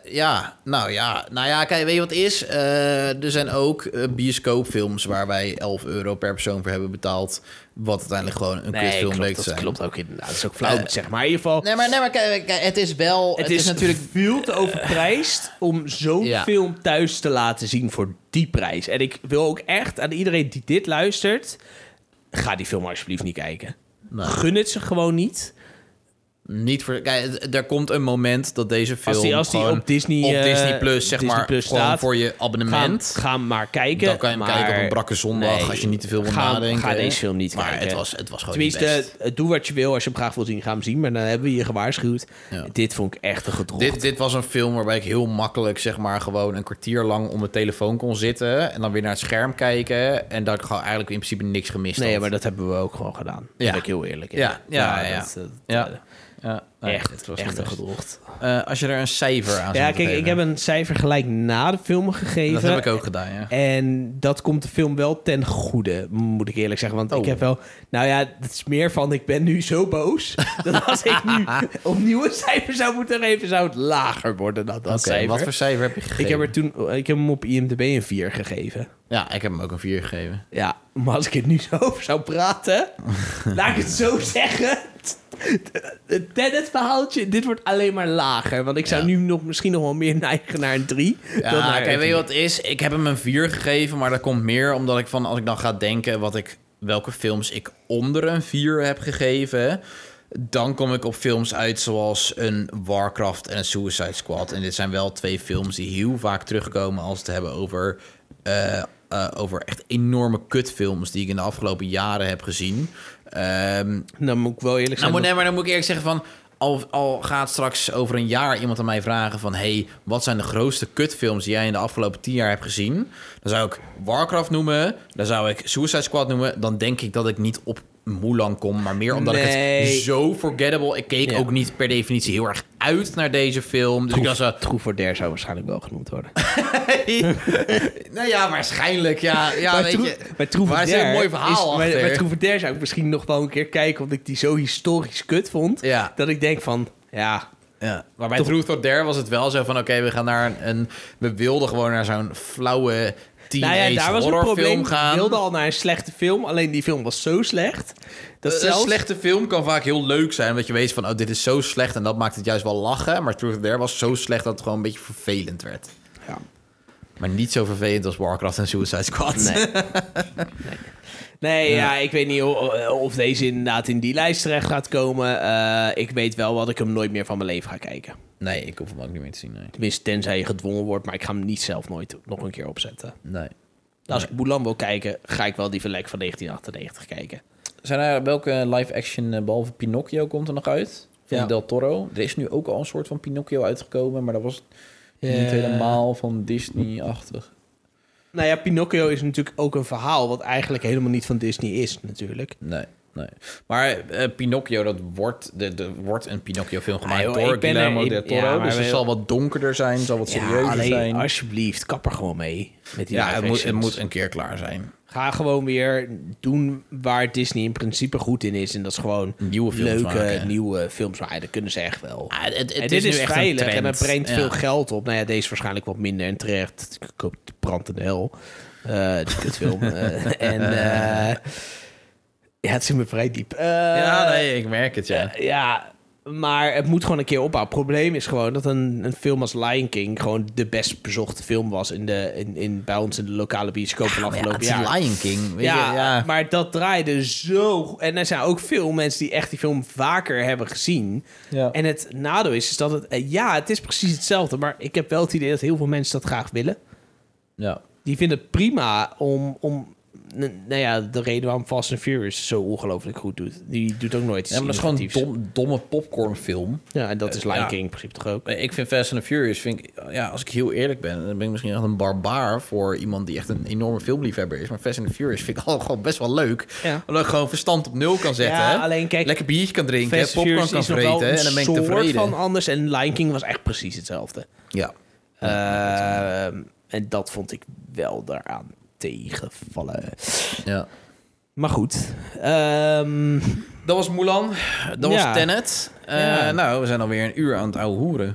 Kijk, weet je wat het is? Er zijn ook bioscoopfilms waar wij €11 per persoon voor hebben betaald. Wat uiteindelijk gewoon een kutfilm bleek te zijn. Dat klopt ook inderdaad. Dat is ook flauw, zeg maar. In ieder geval... Nee, maar kijk, het is wel... Het is natuurlijk veel te overprijsd om zo'n film thuis te laten zien voor die prijs. En ik wil ook echt aan iedereen die dit luistert... Ga die film alsjeblieft niet kijken. Nee. Gun het ze gewoon niet... Niet voor... Kijk, er komt een moment dat deze film... Als die op Disney Plus, zeg Disney maar, Plus gewoon staat, voor je abonnement... Ga maar kijken. Dan kan je hem kijken op een brakke zondag, als je niet te veel wil nadenken. Ga deze film niet maar kijken. Het was gewoon tenminste, doe wat je wil. Als je hem graag wil zien, ga hem zien. Maar dan hebben we je gewaarschuwd. Ja. Dit vond ik echt een gedrocht. Dit was een film waarbij ik heel makkelijk, zeg maar, gewoon een kwartier lang om mijn telefoon kon zitten. En dan weer naar het scherm kijken. En dat ik gewoon eigenlijk in principe niks gemist had. Nee, maar dat hebben we ook gewoon gedaan. Daar ben ik heel eerlijk in. Echt, het was echt een gedrocht. Als je er een cijfer aan zou kijk, ik heb een cijfer gelijk na de film gegeven. Dat heb ik ook gedaan, ja. En dat komt de film wel ten goede, moet ik eerlijk zeggen. Want ik heb wel... Nou ja, het is meer van, ik ben nu zo boos... dat als ik nu opnieuw een cijfer zou moeten geven... zou het lager worden dan dat cijfer. Wat voor cijfer heb je gegeven? Ik heb hem op IMDb een 4 gegeven. Ja, ik heb hem ook een 4 gegeven. Ja, maar als ik er nu zo over zou praten... laat ik het zo zeggen... Het Tenet-verhaaltje, dit wordt alleen maar lager. Want ik zou nu misschien nog wel meer neigen naar een 3. Ja, kijk, weet je wat het is? Ik heb hem een 4 gegeven, maar dat komt meer omdat ik als ik dan ga denken welke films ik onder een 4 heb gegeven, dan kom ik op films uit zoals een Warcraft en een Suicide Squad. En dit zijn wel 2 films die heel vaak terugkomen als we het hebben over echt enorme kutfilms die ik in de afgelopen jaren heb gezien. Dan moet ik wel eerlijk zijn. Maar dan moet ik eerlijk zeggen van... Al gaat straks over een jaar iemand aan mij vragen van... hey, wat zijn de grootste kutfilms die jij in de afgelopen 10 jaar hebt gezien? Dan zou ik Warcraft noemen. Dan zou ik Suicide Squad noemen. Dan denk ik dat ik niet op Mulan kom, maar meer omdat ik het zo forgettable... Ik keek ook niet per definitie heel erg uit naar deze film. Dus ik was True for Dare zou waarschijnlijk wel genoemd worden. Nou ja, waarschijnlijk. Ja, maar weet je. Maar het is een mooi verhaal achter. Bij True for Dare zou ik misschien nog wel een keer kijken... omdat ik die zo historisch kut vond. Ja. Dat ik denk van, ja... Maar bij Truth or Dare was het wel zo van... oké, we gaan naar we wilden gewoon naar zo'n flauwe... daar was een probleem. We wilden al naar een slechte film. Alleen die film was zo slecht. Dat een slechte film kan vaak heel leuk zijn. Omdat je weet van, dit is zo slecht. En dat maakt het juist wel lachen. Maar Truth or Dare was zo slecht dat het gewoon een beetje vervelend werd. Ja. Maar niet zo vervelend als Warcraft en Suicide Squad. Nee, ik weet niet of deze inderdaad in die lijst terecht gaat komen. Ik weet wel wat ik hem nooit meer van mijn leven ga kijken. Nee, ik hoef hem ook niet meer te zien. Nee. Tenminste, tenzij je gedwongen wordt, maar ik ga hem niet zelf nooit nog een keer opzetten. Nee. Als ik Mulan wil kijken, ga ik wel die verlek van 1998 kijken. Zijn er welke live-action, behalve Pinocchio, komt er nog uit? Van Del Toro. Er is nu ook al een soort van Pinocchio uitgekomen, maar dat was niet helemaal van Disney-achtig. Nou ja, Pinocchio is natuurlijk ook een verhaal... wat eigenlijk helemaal niet van Disney is, natuurlijk. Nee. Maar Pinocchio, dat wordt een Pinocchio-film gemaakt door Guillermo del Toro. Dus het zal wat donkerder zijn, zal wat serieuzer zijn. Alsjeblieft, kap er gewoon mee. Met die het moet een keer klaar zijn. Ga gewoon weer doen waar Disney in principe goed in is. En dat is gewoon nieuwe films maken. Dat kunnen ze echt wel. Dit is veilig en het brengt veel geld op. Nou ja, deze is waarschijnlijk wat minder. En terecht, ik koop de brand in de hel. Die kutfilm. Ja, het zit me vrij diep. Ik merk het, ja, maar het moet gewoon een keer ophouden. Het probleem is gewoon dat een film als Lion King... gewoon de best bezochte film was bij ons in de lokale bioscoop van afgelopen jaar. Het is Lion King, weet je. Maar dat draaide zo... En er zijn ook veel mensen die echt die film vaker hebben gezien. Ja. En het nadeel is dat het is precies hetzelfde. Maar ik heb wel het idee dat heel veel mensen dat graag willen. Ja. Die vinden het prima om nou ja, de reden waarom Fast and Furious zo ongelooflijk goed doet. Die doet ook nooit iets. Ja, maar dat is gewoon een domme popcornfilm. Ja, en dat is Lion King in principe toch ook. Ik vind Fast and Furious, als ik heel eerlijk ben, dan ben ik misschien echt een barbaar voor iemand die echt een enorme filmliefhebber is. Maar Fast and Furious vind ik gewoon best wel leuk. Ja. Omdat ik gewoon verstand op 0 kan zetten. Ja, alleen kijk, lekker biertje kan drinken, popcorn kan vreten en dan ben ik tevreden. Soort van anders. En Lion King was echt precies hetzelfde. Ja. En dat vond ik wel daaraan tegenvallen. Ja. Maar goed. Dat was Mulan. Dat was Tenet. Nou, we zijn alweer een uur aan het ouwe hoeren.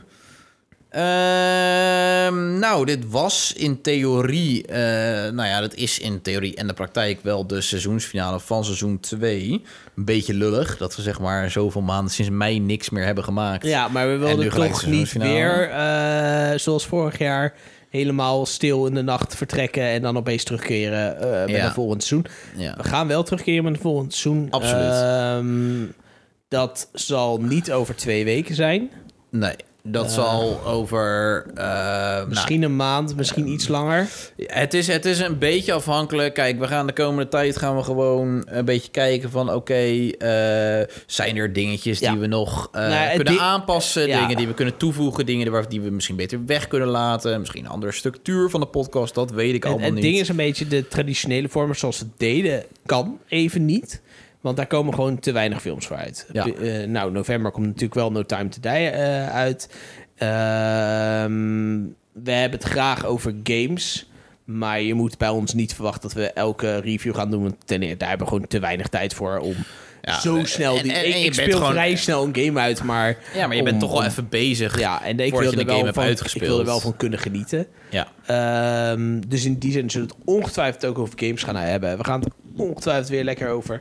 Nou, dit was in theorie... dat is in theorie en de praktijk wel de seizoensfinale van seizoen 2. Een beetje lullig, dat we zeg maar zoveel maanden sinds mei niks meer hebben gemaakt. Ja, maar we wilden toch niet weer, zoals vorig jaar... helemaal stil in de nacht vertrekken en dan opeens terugkeren met een volgend seizoen. Ja. We gaan wel terugkeren met een volgend seizoen. Absoluut. Dat zal niet over 2 weken zijn. Nee, dat zal over... misschien een maand, misschien iets langer. Het is een beetje afhankelijk. Kijk, we gaan de komende tijd gewoon een beetje kijken van... zijn er dingetjes die we nog kunnen aanpassen? Ja. Dingen die we kunnen toevoegen? Dingen die we misschien beter weg kunnen laten? Misschien een andere structuur van de podcast? Dat weet ik allemaal niet. Het ding is een beetje de traditionele vormen zoals we het deden... kan even niet... Want daar komen gewoon te weinig films voor uit. Ja. November komt natuurlijk wel No Time to Die uit. We hebben het graag over games. Maar je moet bij ons niet verwachten dat we elke review gaan doen. Want daar hebben we gewoon te weinig tijd voor om... zo snel. Ik speel vrij snel een game uit, maar... Ja, maar je bent toch wel even bezig. Ja, en ik wil er wel van kunnen genieten. Ja. Dus in die zin zullen we het ongetwijfeld ook over games gaan hebben. We gaan het ongetwijfeld weer lekker over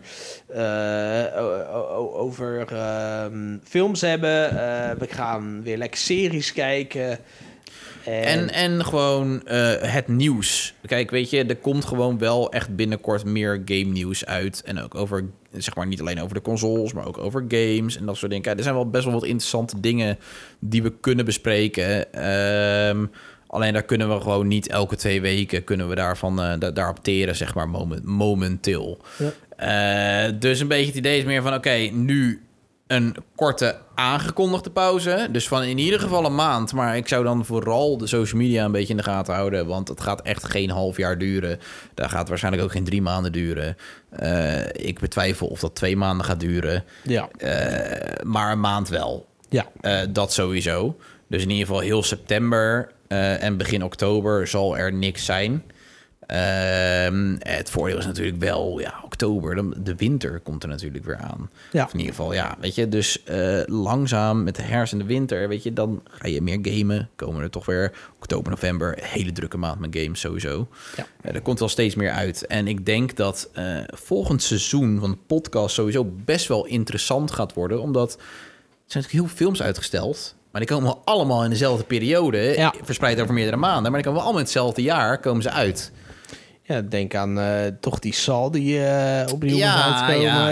films hebben. We gaan weer lekker series kijken. En gewoon het nieuws. Kijk, weet je, er komt gewoon wel echt binnenkort meer game nieuws uit. En ook over, zeg maar, niet alleen over de consoles, maar ook over games en dat soort dingen. Kijk, er zijn wel best wel wat interessante dingen die we kunnen bespreken. Alleen daar kunnen we gewoon niet elke 2 weken kunnen we daarop teren, zeg maar, momenteel. Ja. Dus een beetje het idee is meer van, oké, nu een korte aangekondigde pauze. Dus van in ieder geval een maand. Maar ik zou dan vooral de social media een beetje in de gaten houden. Want het gaat echt geen half jaar duren. Dat gaat waarschijnlijk ook geen 3 maanden duren. Ik betwijfel of dat 2 maanden gaat duren. Ja. Maar een maand wel. Ja. Dat sowieso. Dus in ieder geval heel september en begin oktober zal er niks zijn. Het voordeel is natuurlijk wel, oktober, de winter komt er natuurlijk weer aan. Ja. Of in ieder geval, weet je, dus langzaam met de herfst en de winter, weet je, dan ga je meer gamen. Komen er toch weer oktober, november, een hele drukke maand met games sowieso. Ja. Er komt wel steeds meer uit. En ik denk dat volgend seizoen van de podcast sowieso best wel interessant gaat worden, omdat er zijn natuurlijk heel veel films uitgesteld. Maar die komen allemaal in dezelfde periode, verspreid over meerdere maanden. Maar die komen allemaal in hetzelfde jaar, komen ze uit. Ja, denk aan toch die Saw die opnieuw gaat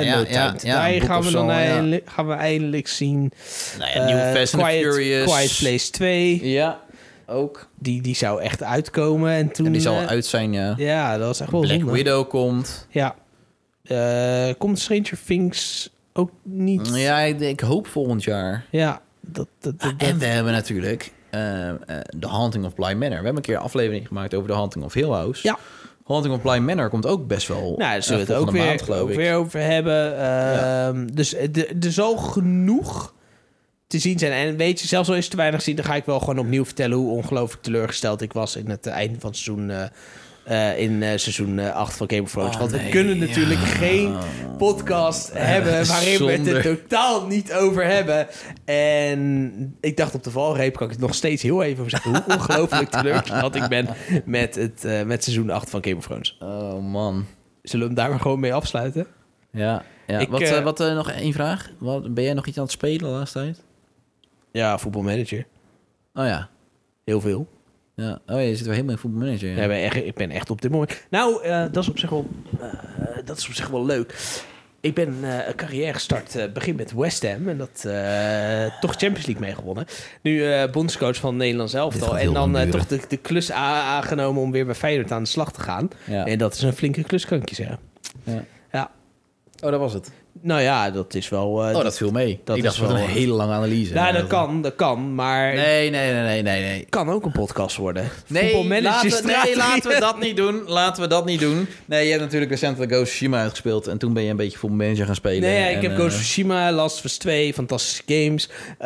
komen. Gaan we eindelijk zien. Nieuwe Fast and Furious. Quiet Place 2. Ja, ook. Die zou echt uitkomen. En die zal uit zijn, ja. Ja, dat was echt wel Black zonde. Widow komt. Ja. Komt Stranger Things ook niet? Ja, ik hoop volgend jaar. Ja. En we hebben natuurlijk The Haunting of Bly Manor. We hebben een keer een aflevering gemaakt over The Haunting of Hill House. Ja. Haunting of Bly Manor komt ook best wel. Daar zullen we het ook weer over hebben. Dus er zal genoeg te zien zijn. En weet je, zelfs al is het te weinig zien, dan ga ik wel gewoon opnieuw vertellen hoe ongelooflijk teleurgesteld ik was in het einde van het seizoen. In seizoen 8 van Game of Thrones. Want we kunnen natuurlijk geen podcast hebben waarin we het er totaal niet over hebben. En ik dacht op de valreep, kan ik het nog steeds heel even over zeggen, hoe ongelooflijk teleurgesteld ik ben met seizoen 8 van Game of Thrones. Oh man. Zullen we hem daar maar gewoon mee afsluiten? Ja. Wat nog één vraag? Ben jij nog iets aan het spelen de laatste tijd? Ja, Football Manager. Oh ja. Heel veel. Ja. Oh, je zit wel helemaal in Football Manager. Ja, ik ben echt op dit moment... Nou, dat is op zich wel leuk. Ik ben een carrière gestart, begin met West Ham. En dat toch Champions League meegewonnen. Nu bondscoach van Nederland elftal. En dan toch de klus aangenomen om weer bij Feyenoord aan de slag te gaan. Ja. En dat is een flinke klus, kan ik je zeggen. Ja. Oh, dat was het. Nou ja, dat is wel... dat viel mee. Ik dacht, een hele lange analyse. Nou, dat kan, maar... Nee. Kan ook een podcast worden. Laten we dat niet doen. Nee, je hebt natuurlijk recentelijk Ghost of Tsushima uitgespeeld en toen ben je een beetje Football Manager gaan spelen. Nee, ik heb Ghost of Tsushima, Last of Us 2, fantastische games.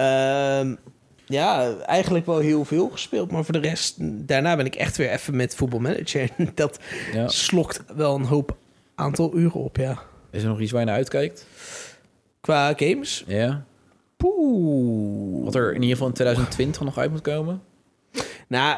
Eigenlijk wel heel veel gespeeld, maar voor de rest... Daarna ben ik echt weer even met Football Manager. Dat slokt wel een hoop aantal uren op, ja. Is er nog iets waar je naar uitkijkt? Qua games? Ja. Poeh. Wat er in ieder geval in 2020 nog uit moet komen? Nou,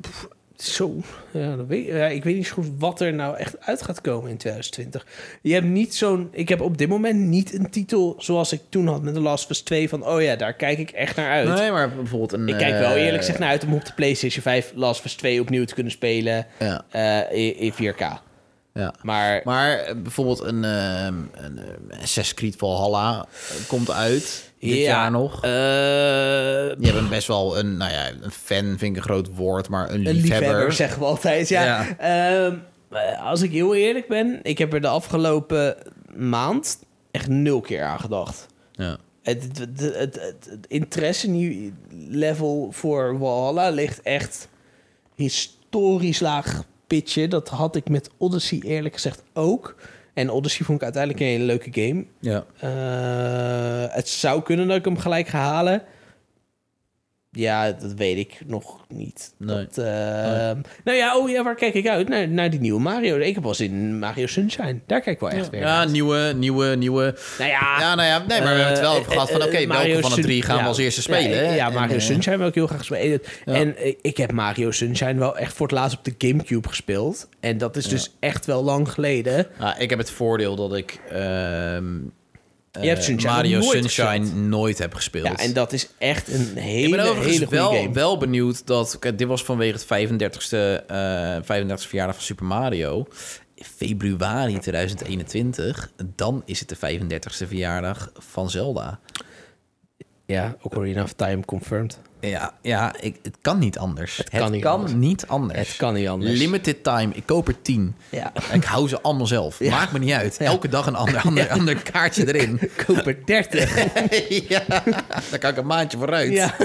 ik weet niet zo goed wat er nou echt uit gaat komen in 2020. Je hebt niet ik heb op dit moment niet een titel zoals ik toen had met The Last of Us 2 van, daar kijk ik echt naar uit. Nee, maar bijvoorbeeld ik kijk wel eerlijk gezegd naar uit om op de PlayStation 5 Last of Us 2 opnieuw te kunnen spelen in 4K. Ja. Maar bijvoorbeeld een Assassin's Creed Valhalla komt uit dit jaar nog. Je bent best wel een fan, vind ik een groot woord, maar een liefhebber zeggen we altijd, ja. Als ik heel eerlijk ben, ik heb er de afgelopen maand echt 0 keer aan gedacht. Ja. Het interesse-level voor Valhalla ligt echt historisch laag pitje. Dat had ik met Odyssey eerlijk gezegd ook. En Odyssey vond ik uiteindelijk een hele leuke game. Ja. Het zou kunnen dat ik hem gelijk ga halen. Ja, dat weet ik nog niet. Nee. Waar kijk ik uit? Naar die nieuwe Mario. Ik heb wel zin in Mario Sunshine. Daar kijk ik wel echt weer uit. Nieuwe. Nee, maar we hebben het wel over gehad van welke van de 3 gaan we als eerste spelen? Ja, Mario Sunshine wil ik heel graag spelen. Ja. En ik heb Mario Sunshine wel echt voor het laatst op de GameCube gespeeld. En dat is dus echt wel lang geleden. Ik heb het voordeel dat ik... Je hebt Sunshine Mario Sunshine nooit heb gespeeld. Ja, en dat is echt een hele goede game. Wel benieuwd dat... Dit was vanwege het 35e verjaardag van Super Mario. Februari 2021. Dan is het de 35e verjaardag van Zelda. Ja, Ocarina of Time confirmed. Ja, het kan niet anders. Het kan niet anders. Limited time. Ik koop er 10. Ja. Ik hou ze allemaal zelf. Ja. Maakt me niet uit. Ja. Elke dag een ander kaartje erin. Koop er 30. Ja, daar kan ik een maandje vooruit. Ja.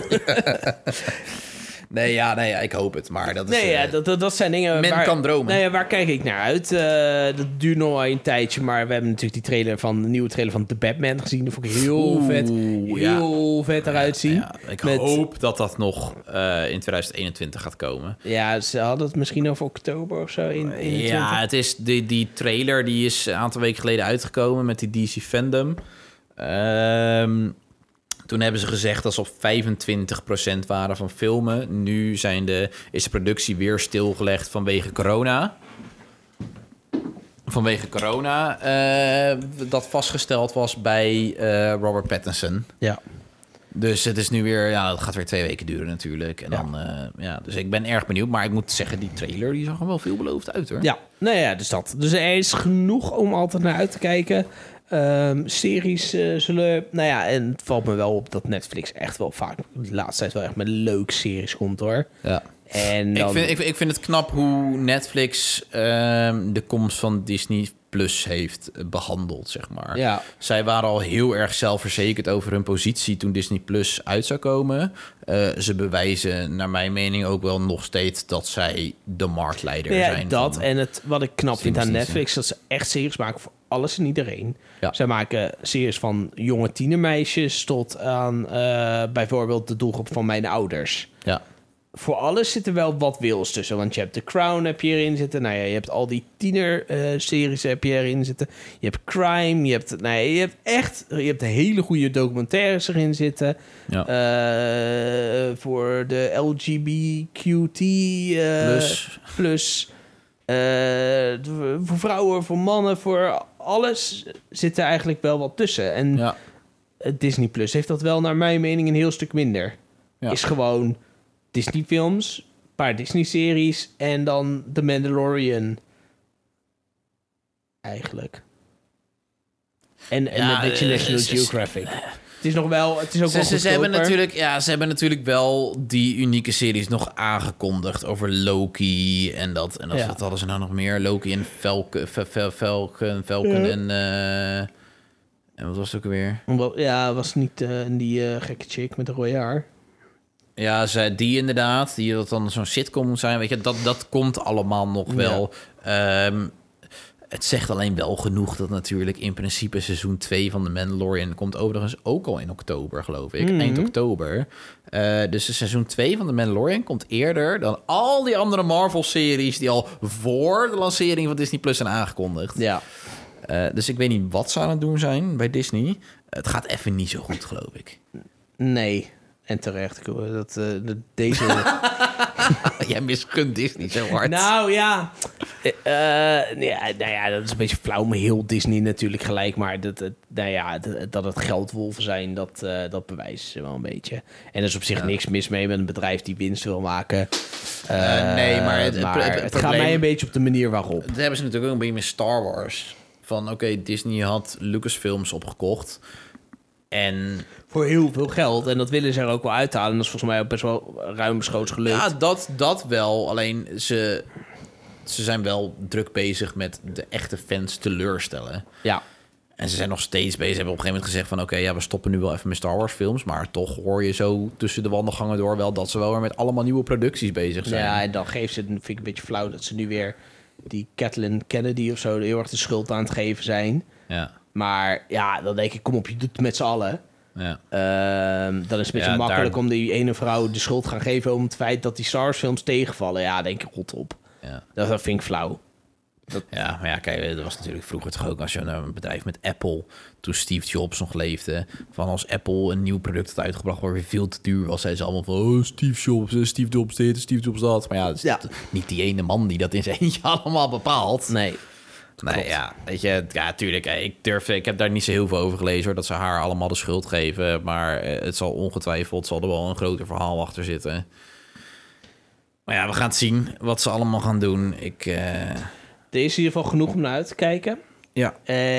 Nee, ik hoop het. Maar dat is... dat zijn dingen... Men kan dromen. Waar kijk ik naar uit? Dat duurt nog wel een tijdje, maar we hebben natuurlijk de nieuwe trailer van The Batman gezien. Dat vond ik heel vet. Heel vet eruit zien. Ja. Ik hoop dat nog in 2021 gaat komen. Ja, ze hadden het misschien over oktober of zo. Ja, het is die trailer die is een aantal weken geleden uitgekomen met die DC Fandom. Toen hebben ze gezegd dat ze op 25% waren van filmen. Nu is de productie weer stilgelegd vanwege corona. Dat vastgesteld was bij Robert Pattinson. Ja. Dus het is nu weer... het gaat weer 2 weken duren natuurlijk. En dan, dus ik ben erg benieuwd. Maar ik moet zeggen, die trailer die zag er wel veelbelovend uit, hoor. Ja, dus dat. Dus er is genoeg om altijd naar uit te kijken. Series zullen... en het valt me wel op dat Netflix echt wel vaak... de laatste tijd wel echt met leuke series komt, hoor. Ja. En dan... ik vind het knap hoe Netflix de komst van Disney Plus heeft behandeld, zeg maar. Ja. Zij waren al heel erg zelfverzekerd over hun positie toen Disney Plus uit zou komen. Ze bewijzen, naar mijn mening, ook wel nog steeds dat zij de marktleider zijn. Wat ik knap vind aan Netflix, dat ze echt series maken voor alles en iedereen. Ja. Zij maken series van jonge tienermeisjes tot aan bijvoorbeeld de doelgroep van mijn ouders. Ja. Voor alles zit er wel wat wils tussen. Want je hebt The Crown heb je erin zitten. Je hebt al die tiener-series heb je erin zitten. Je hebt crime. Je hebt hele goede documentaires erin zitten. Ja. Voor de LGBTQT plus. Voor vrouwen, voor mannen, voor alles zit er eigenlijk wel wat tussen. En Disney Plus heeft dat wel naar mijn mening een heel stuk minder. Ja. Is gewoon... Disney-films, een paar Disney-series en dan The Mandalorian. Eigenlijk. En een beetje National Geographic. Het is nog wel... Het is ook wel ze hebben natuurlijk wel die unieke series nog aangekondigd over Loki en dat. En wat hadden ze nou nog meer? Loki en Falcon en wat was het ook weer? Was niet die gekke chick met de rode haar. Ja, die inderdaad, die dat dan zo'n sitcom moet zijn, weet je, dat komt allemaal nog wel. Het zegt alleen wel genoeg dat natuurlijk in principe seizoen 2 van The Mandalorian komt overigens ook al in oktober, geloof ik. Eind oktober. Dus de seizoen 2 van The Mandalorian komt eerder dan al die andere Marvel-series die al voor de lancering van Disney Plus zijn aangekondigd. Ja. Dus ik weet niet wat ze aan het doen zijn bij Disney. Het gaat even niet zo goed, geloof ik. Nee. En terecht, deze... Jij misgunt Disney zo hard. Nou ja, Dat is een beetje flauw, maar heel Disney natuurlijk gelijk. Maar dat het geldwolven zijn, dat bewijzen ze wel een beetje. En er is op zich niks mis mee met een bedrijf die winst wil maken. Nee, maar het probleem, gaat mij een beetje op de manier waarop. Dat hebben ze natuurlijk ook een beetje met Star Wars. Van oké, Disney had Lucasfilms opgekocht. En voor heel veel geld. En dat willen ze er ook wel uithalen. En dat is volgens mij ook best wel ruimschoots gelukt. Ja, dat wel. Alleen ze zijn wel druk bezig met de echte fans teleurstellen. Ja. En ze zijn nog steeds bezig. Ze hebben op een gegeven moment gezegd van... oké, we stoppen nu wel even met Star Wars films. Maar toch hoor je zo tussen de wandelgangen door wel... dat ze wel weer met allemaal nieuwe producties bezig zijn. Ja, en dan geeft ze, vind ik een beetje flauw... dat ze nu weer die Kathleen Kennedy of zo... heel erg de schuld aan het geven zijn. Ja. Maar ja, dan denk ik, kom op, je doet het met z'n allen. Ja. Dan is het een beetje makkelijk om die ene vrouw de schuld te gaan geven... om het feit dat die Star Wars films tegenvallen. Ja, denk ik, rot op. Ja. Dat vind ik flauw. Ja, maar ja, kijk, dat was natuurlijk vroeger toch ook... als je naar een bedrijf met Apple, toen Steve Jobs nog leefde... van als Apple een nieuw product had uitgebracht... waar weer veel te duur was, zei ze allemaal van... oh, Steve Jobs dit, Steve Jobs dat. Maar ja, dat is niet die ene man die dat in zijn eentje allemaal bepaalt. Nee, ja, weet je, ja, tuurlijk. Ik heb daar niet zo heel veel over gelezen, hoor, dat ze haar allemaal de schuld geven. Maar het zal ongetwijfeld, zal er wel een groter verhaal achter zitten. Maar ja, we gaan het zien wat ze allemaal gaan doen. Er is in ieder geval genoeg om naar uit te kijken. Ja.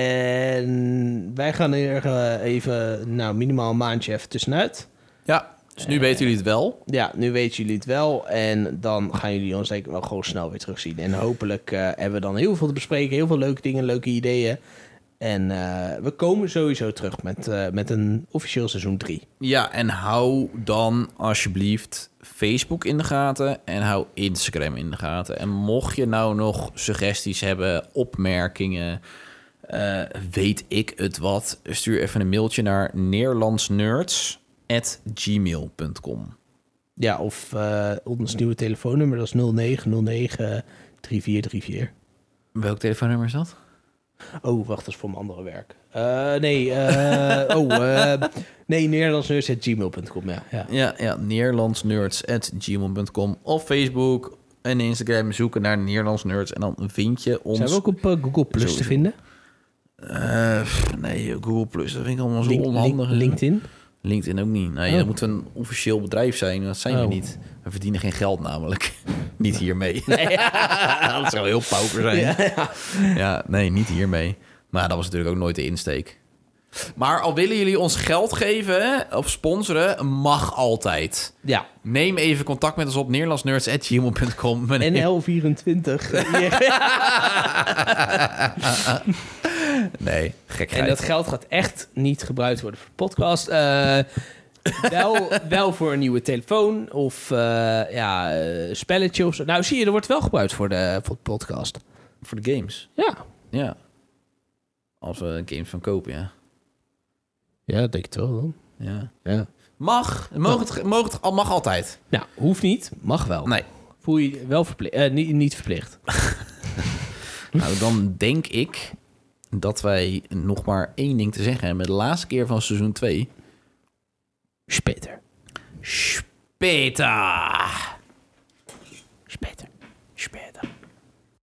En wij gaan er even, minimaal een maandje even tussenuit. Ja, dus nu weten jullie het wel. Ja, nu weten jullie het wel. En dan gaan jullie ons denk ik wel gewoon snel weer terugzien. En hopelijk hebben we dan heel veel te bespreken. Heel veel leuke dingen, leuke ideeën. En we komen sowieso terug met een officieel seizoen 3. Ja, en hou dan alsjeblieft Facebook in de gaten en hou Instagram in de gaten. En mocht je nou nog suggesties hebben, opmerkingen, weet ik het wat, stuur even een mailtje naar neerlandsnerds@gmail.com. Ja, of ons nieuwe telefoonnummer, dat is 0909 3434. Welk telefoonnummer is dat? Oh, wacht, dat is voor mijn andere werk. Neerlandsnerds@gmail.com, Ja, neerlandsnerds@gmail.com. Of Facebook en Instagram zoeken naar Neerlandsnerds en dan vind je ons. Zijn we ook op Google Plus te vinden? Nee, Google Plus, dat vind ik allemaal zo onhandig. LinkedIn? LinkedIn ook niet. Nee, dan moeten we een officieel bedrijf zijn. Dat zijn we niet. We verdienen geen geld namelijk. Niet hiermee. Nee. Dat zou heel pauper zijn. Ja, nee, niet hiermee. Maar dat was natuurlijk ook nooit de insteek. Maar al willen jullie ons geld geven of sponsoren, mag altijd. Ja. Neem even contact met ons op neerlandsnerds@gmail.com. NL24. Nee, gekheid. En dat geld gaat echt niet gebruikt worden voor de podcast. Wel voor een nieuwe telefoon of spelletje of zo. Nou, zie je, er wordt wel gebruikt voor de podcast. Voor de games? Ja. Als we games van kopen, ja. Ja, dat denk ik wel dan. Ja. Mag altijd. Nou, hoeft niet. Mag wel. Nee. Voel je wel verplicht? Niet verplicht. Nou, dan denk ik dat wij nog maar één ding te zeggen hebben. De laatste keer van seizoen 2. Speter. Speter.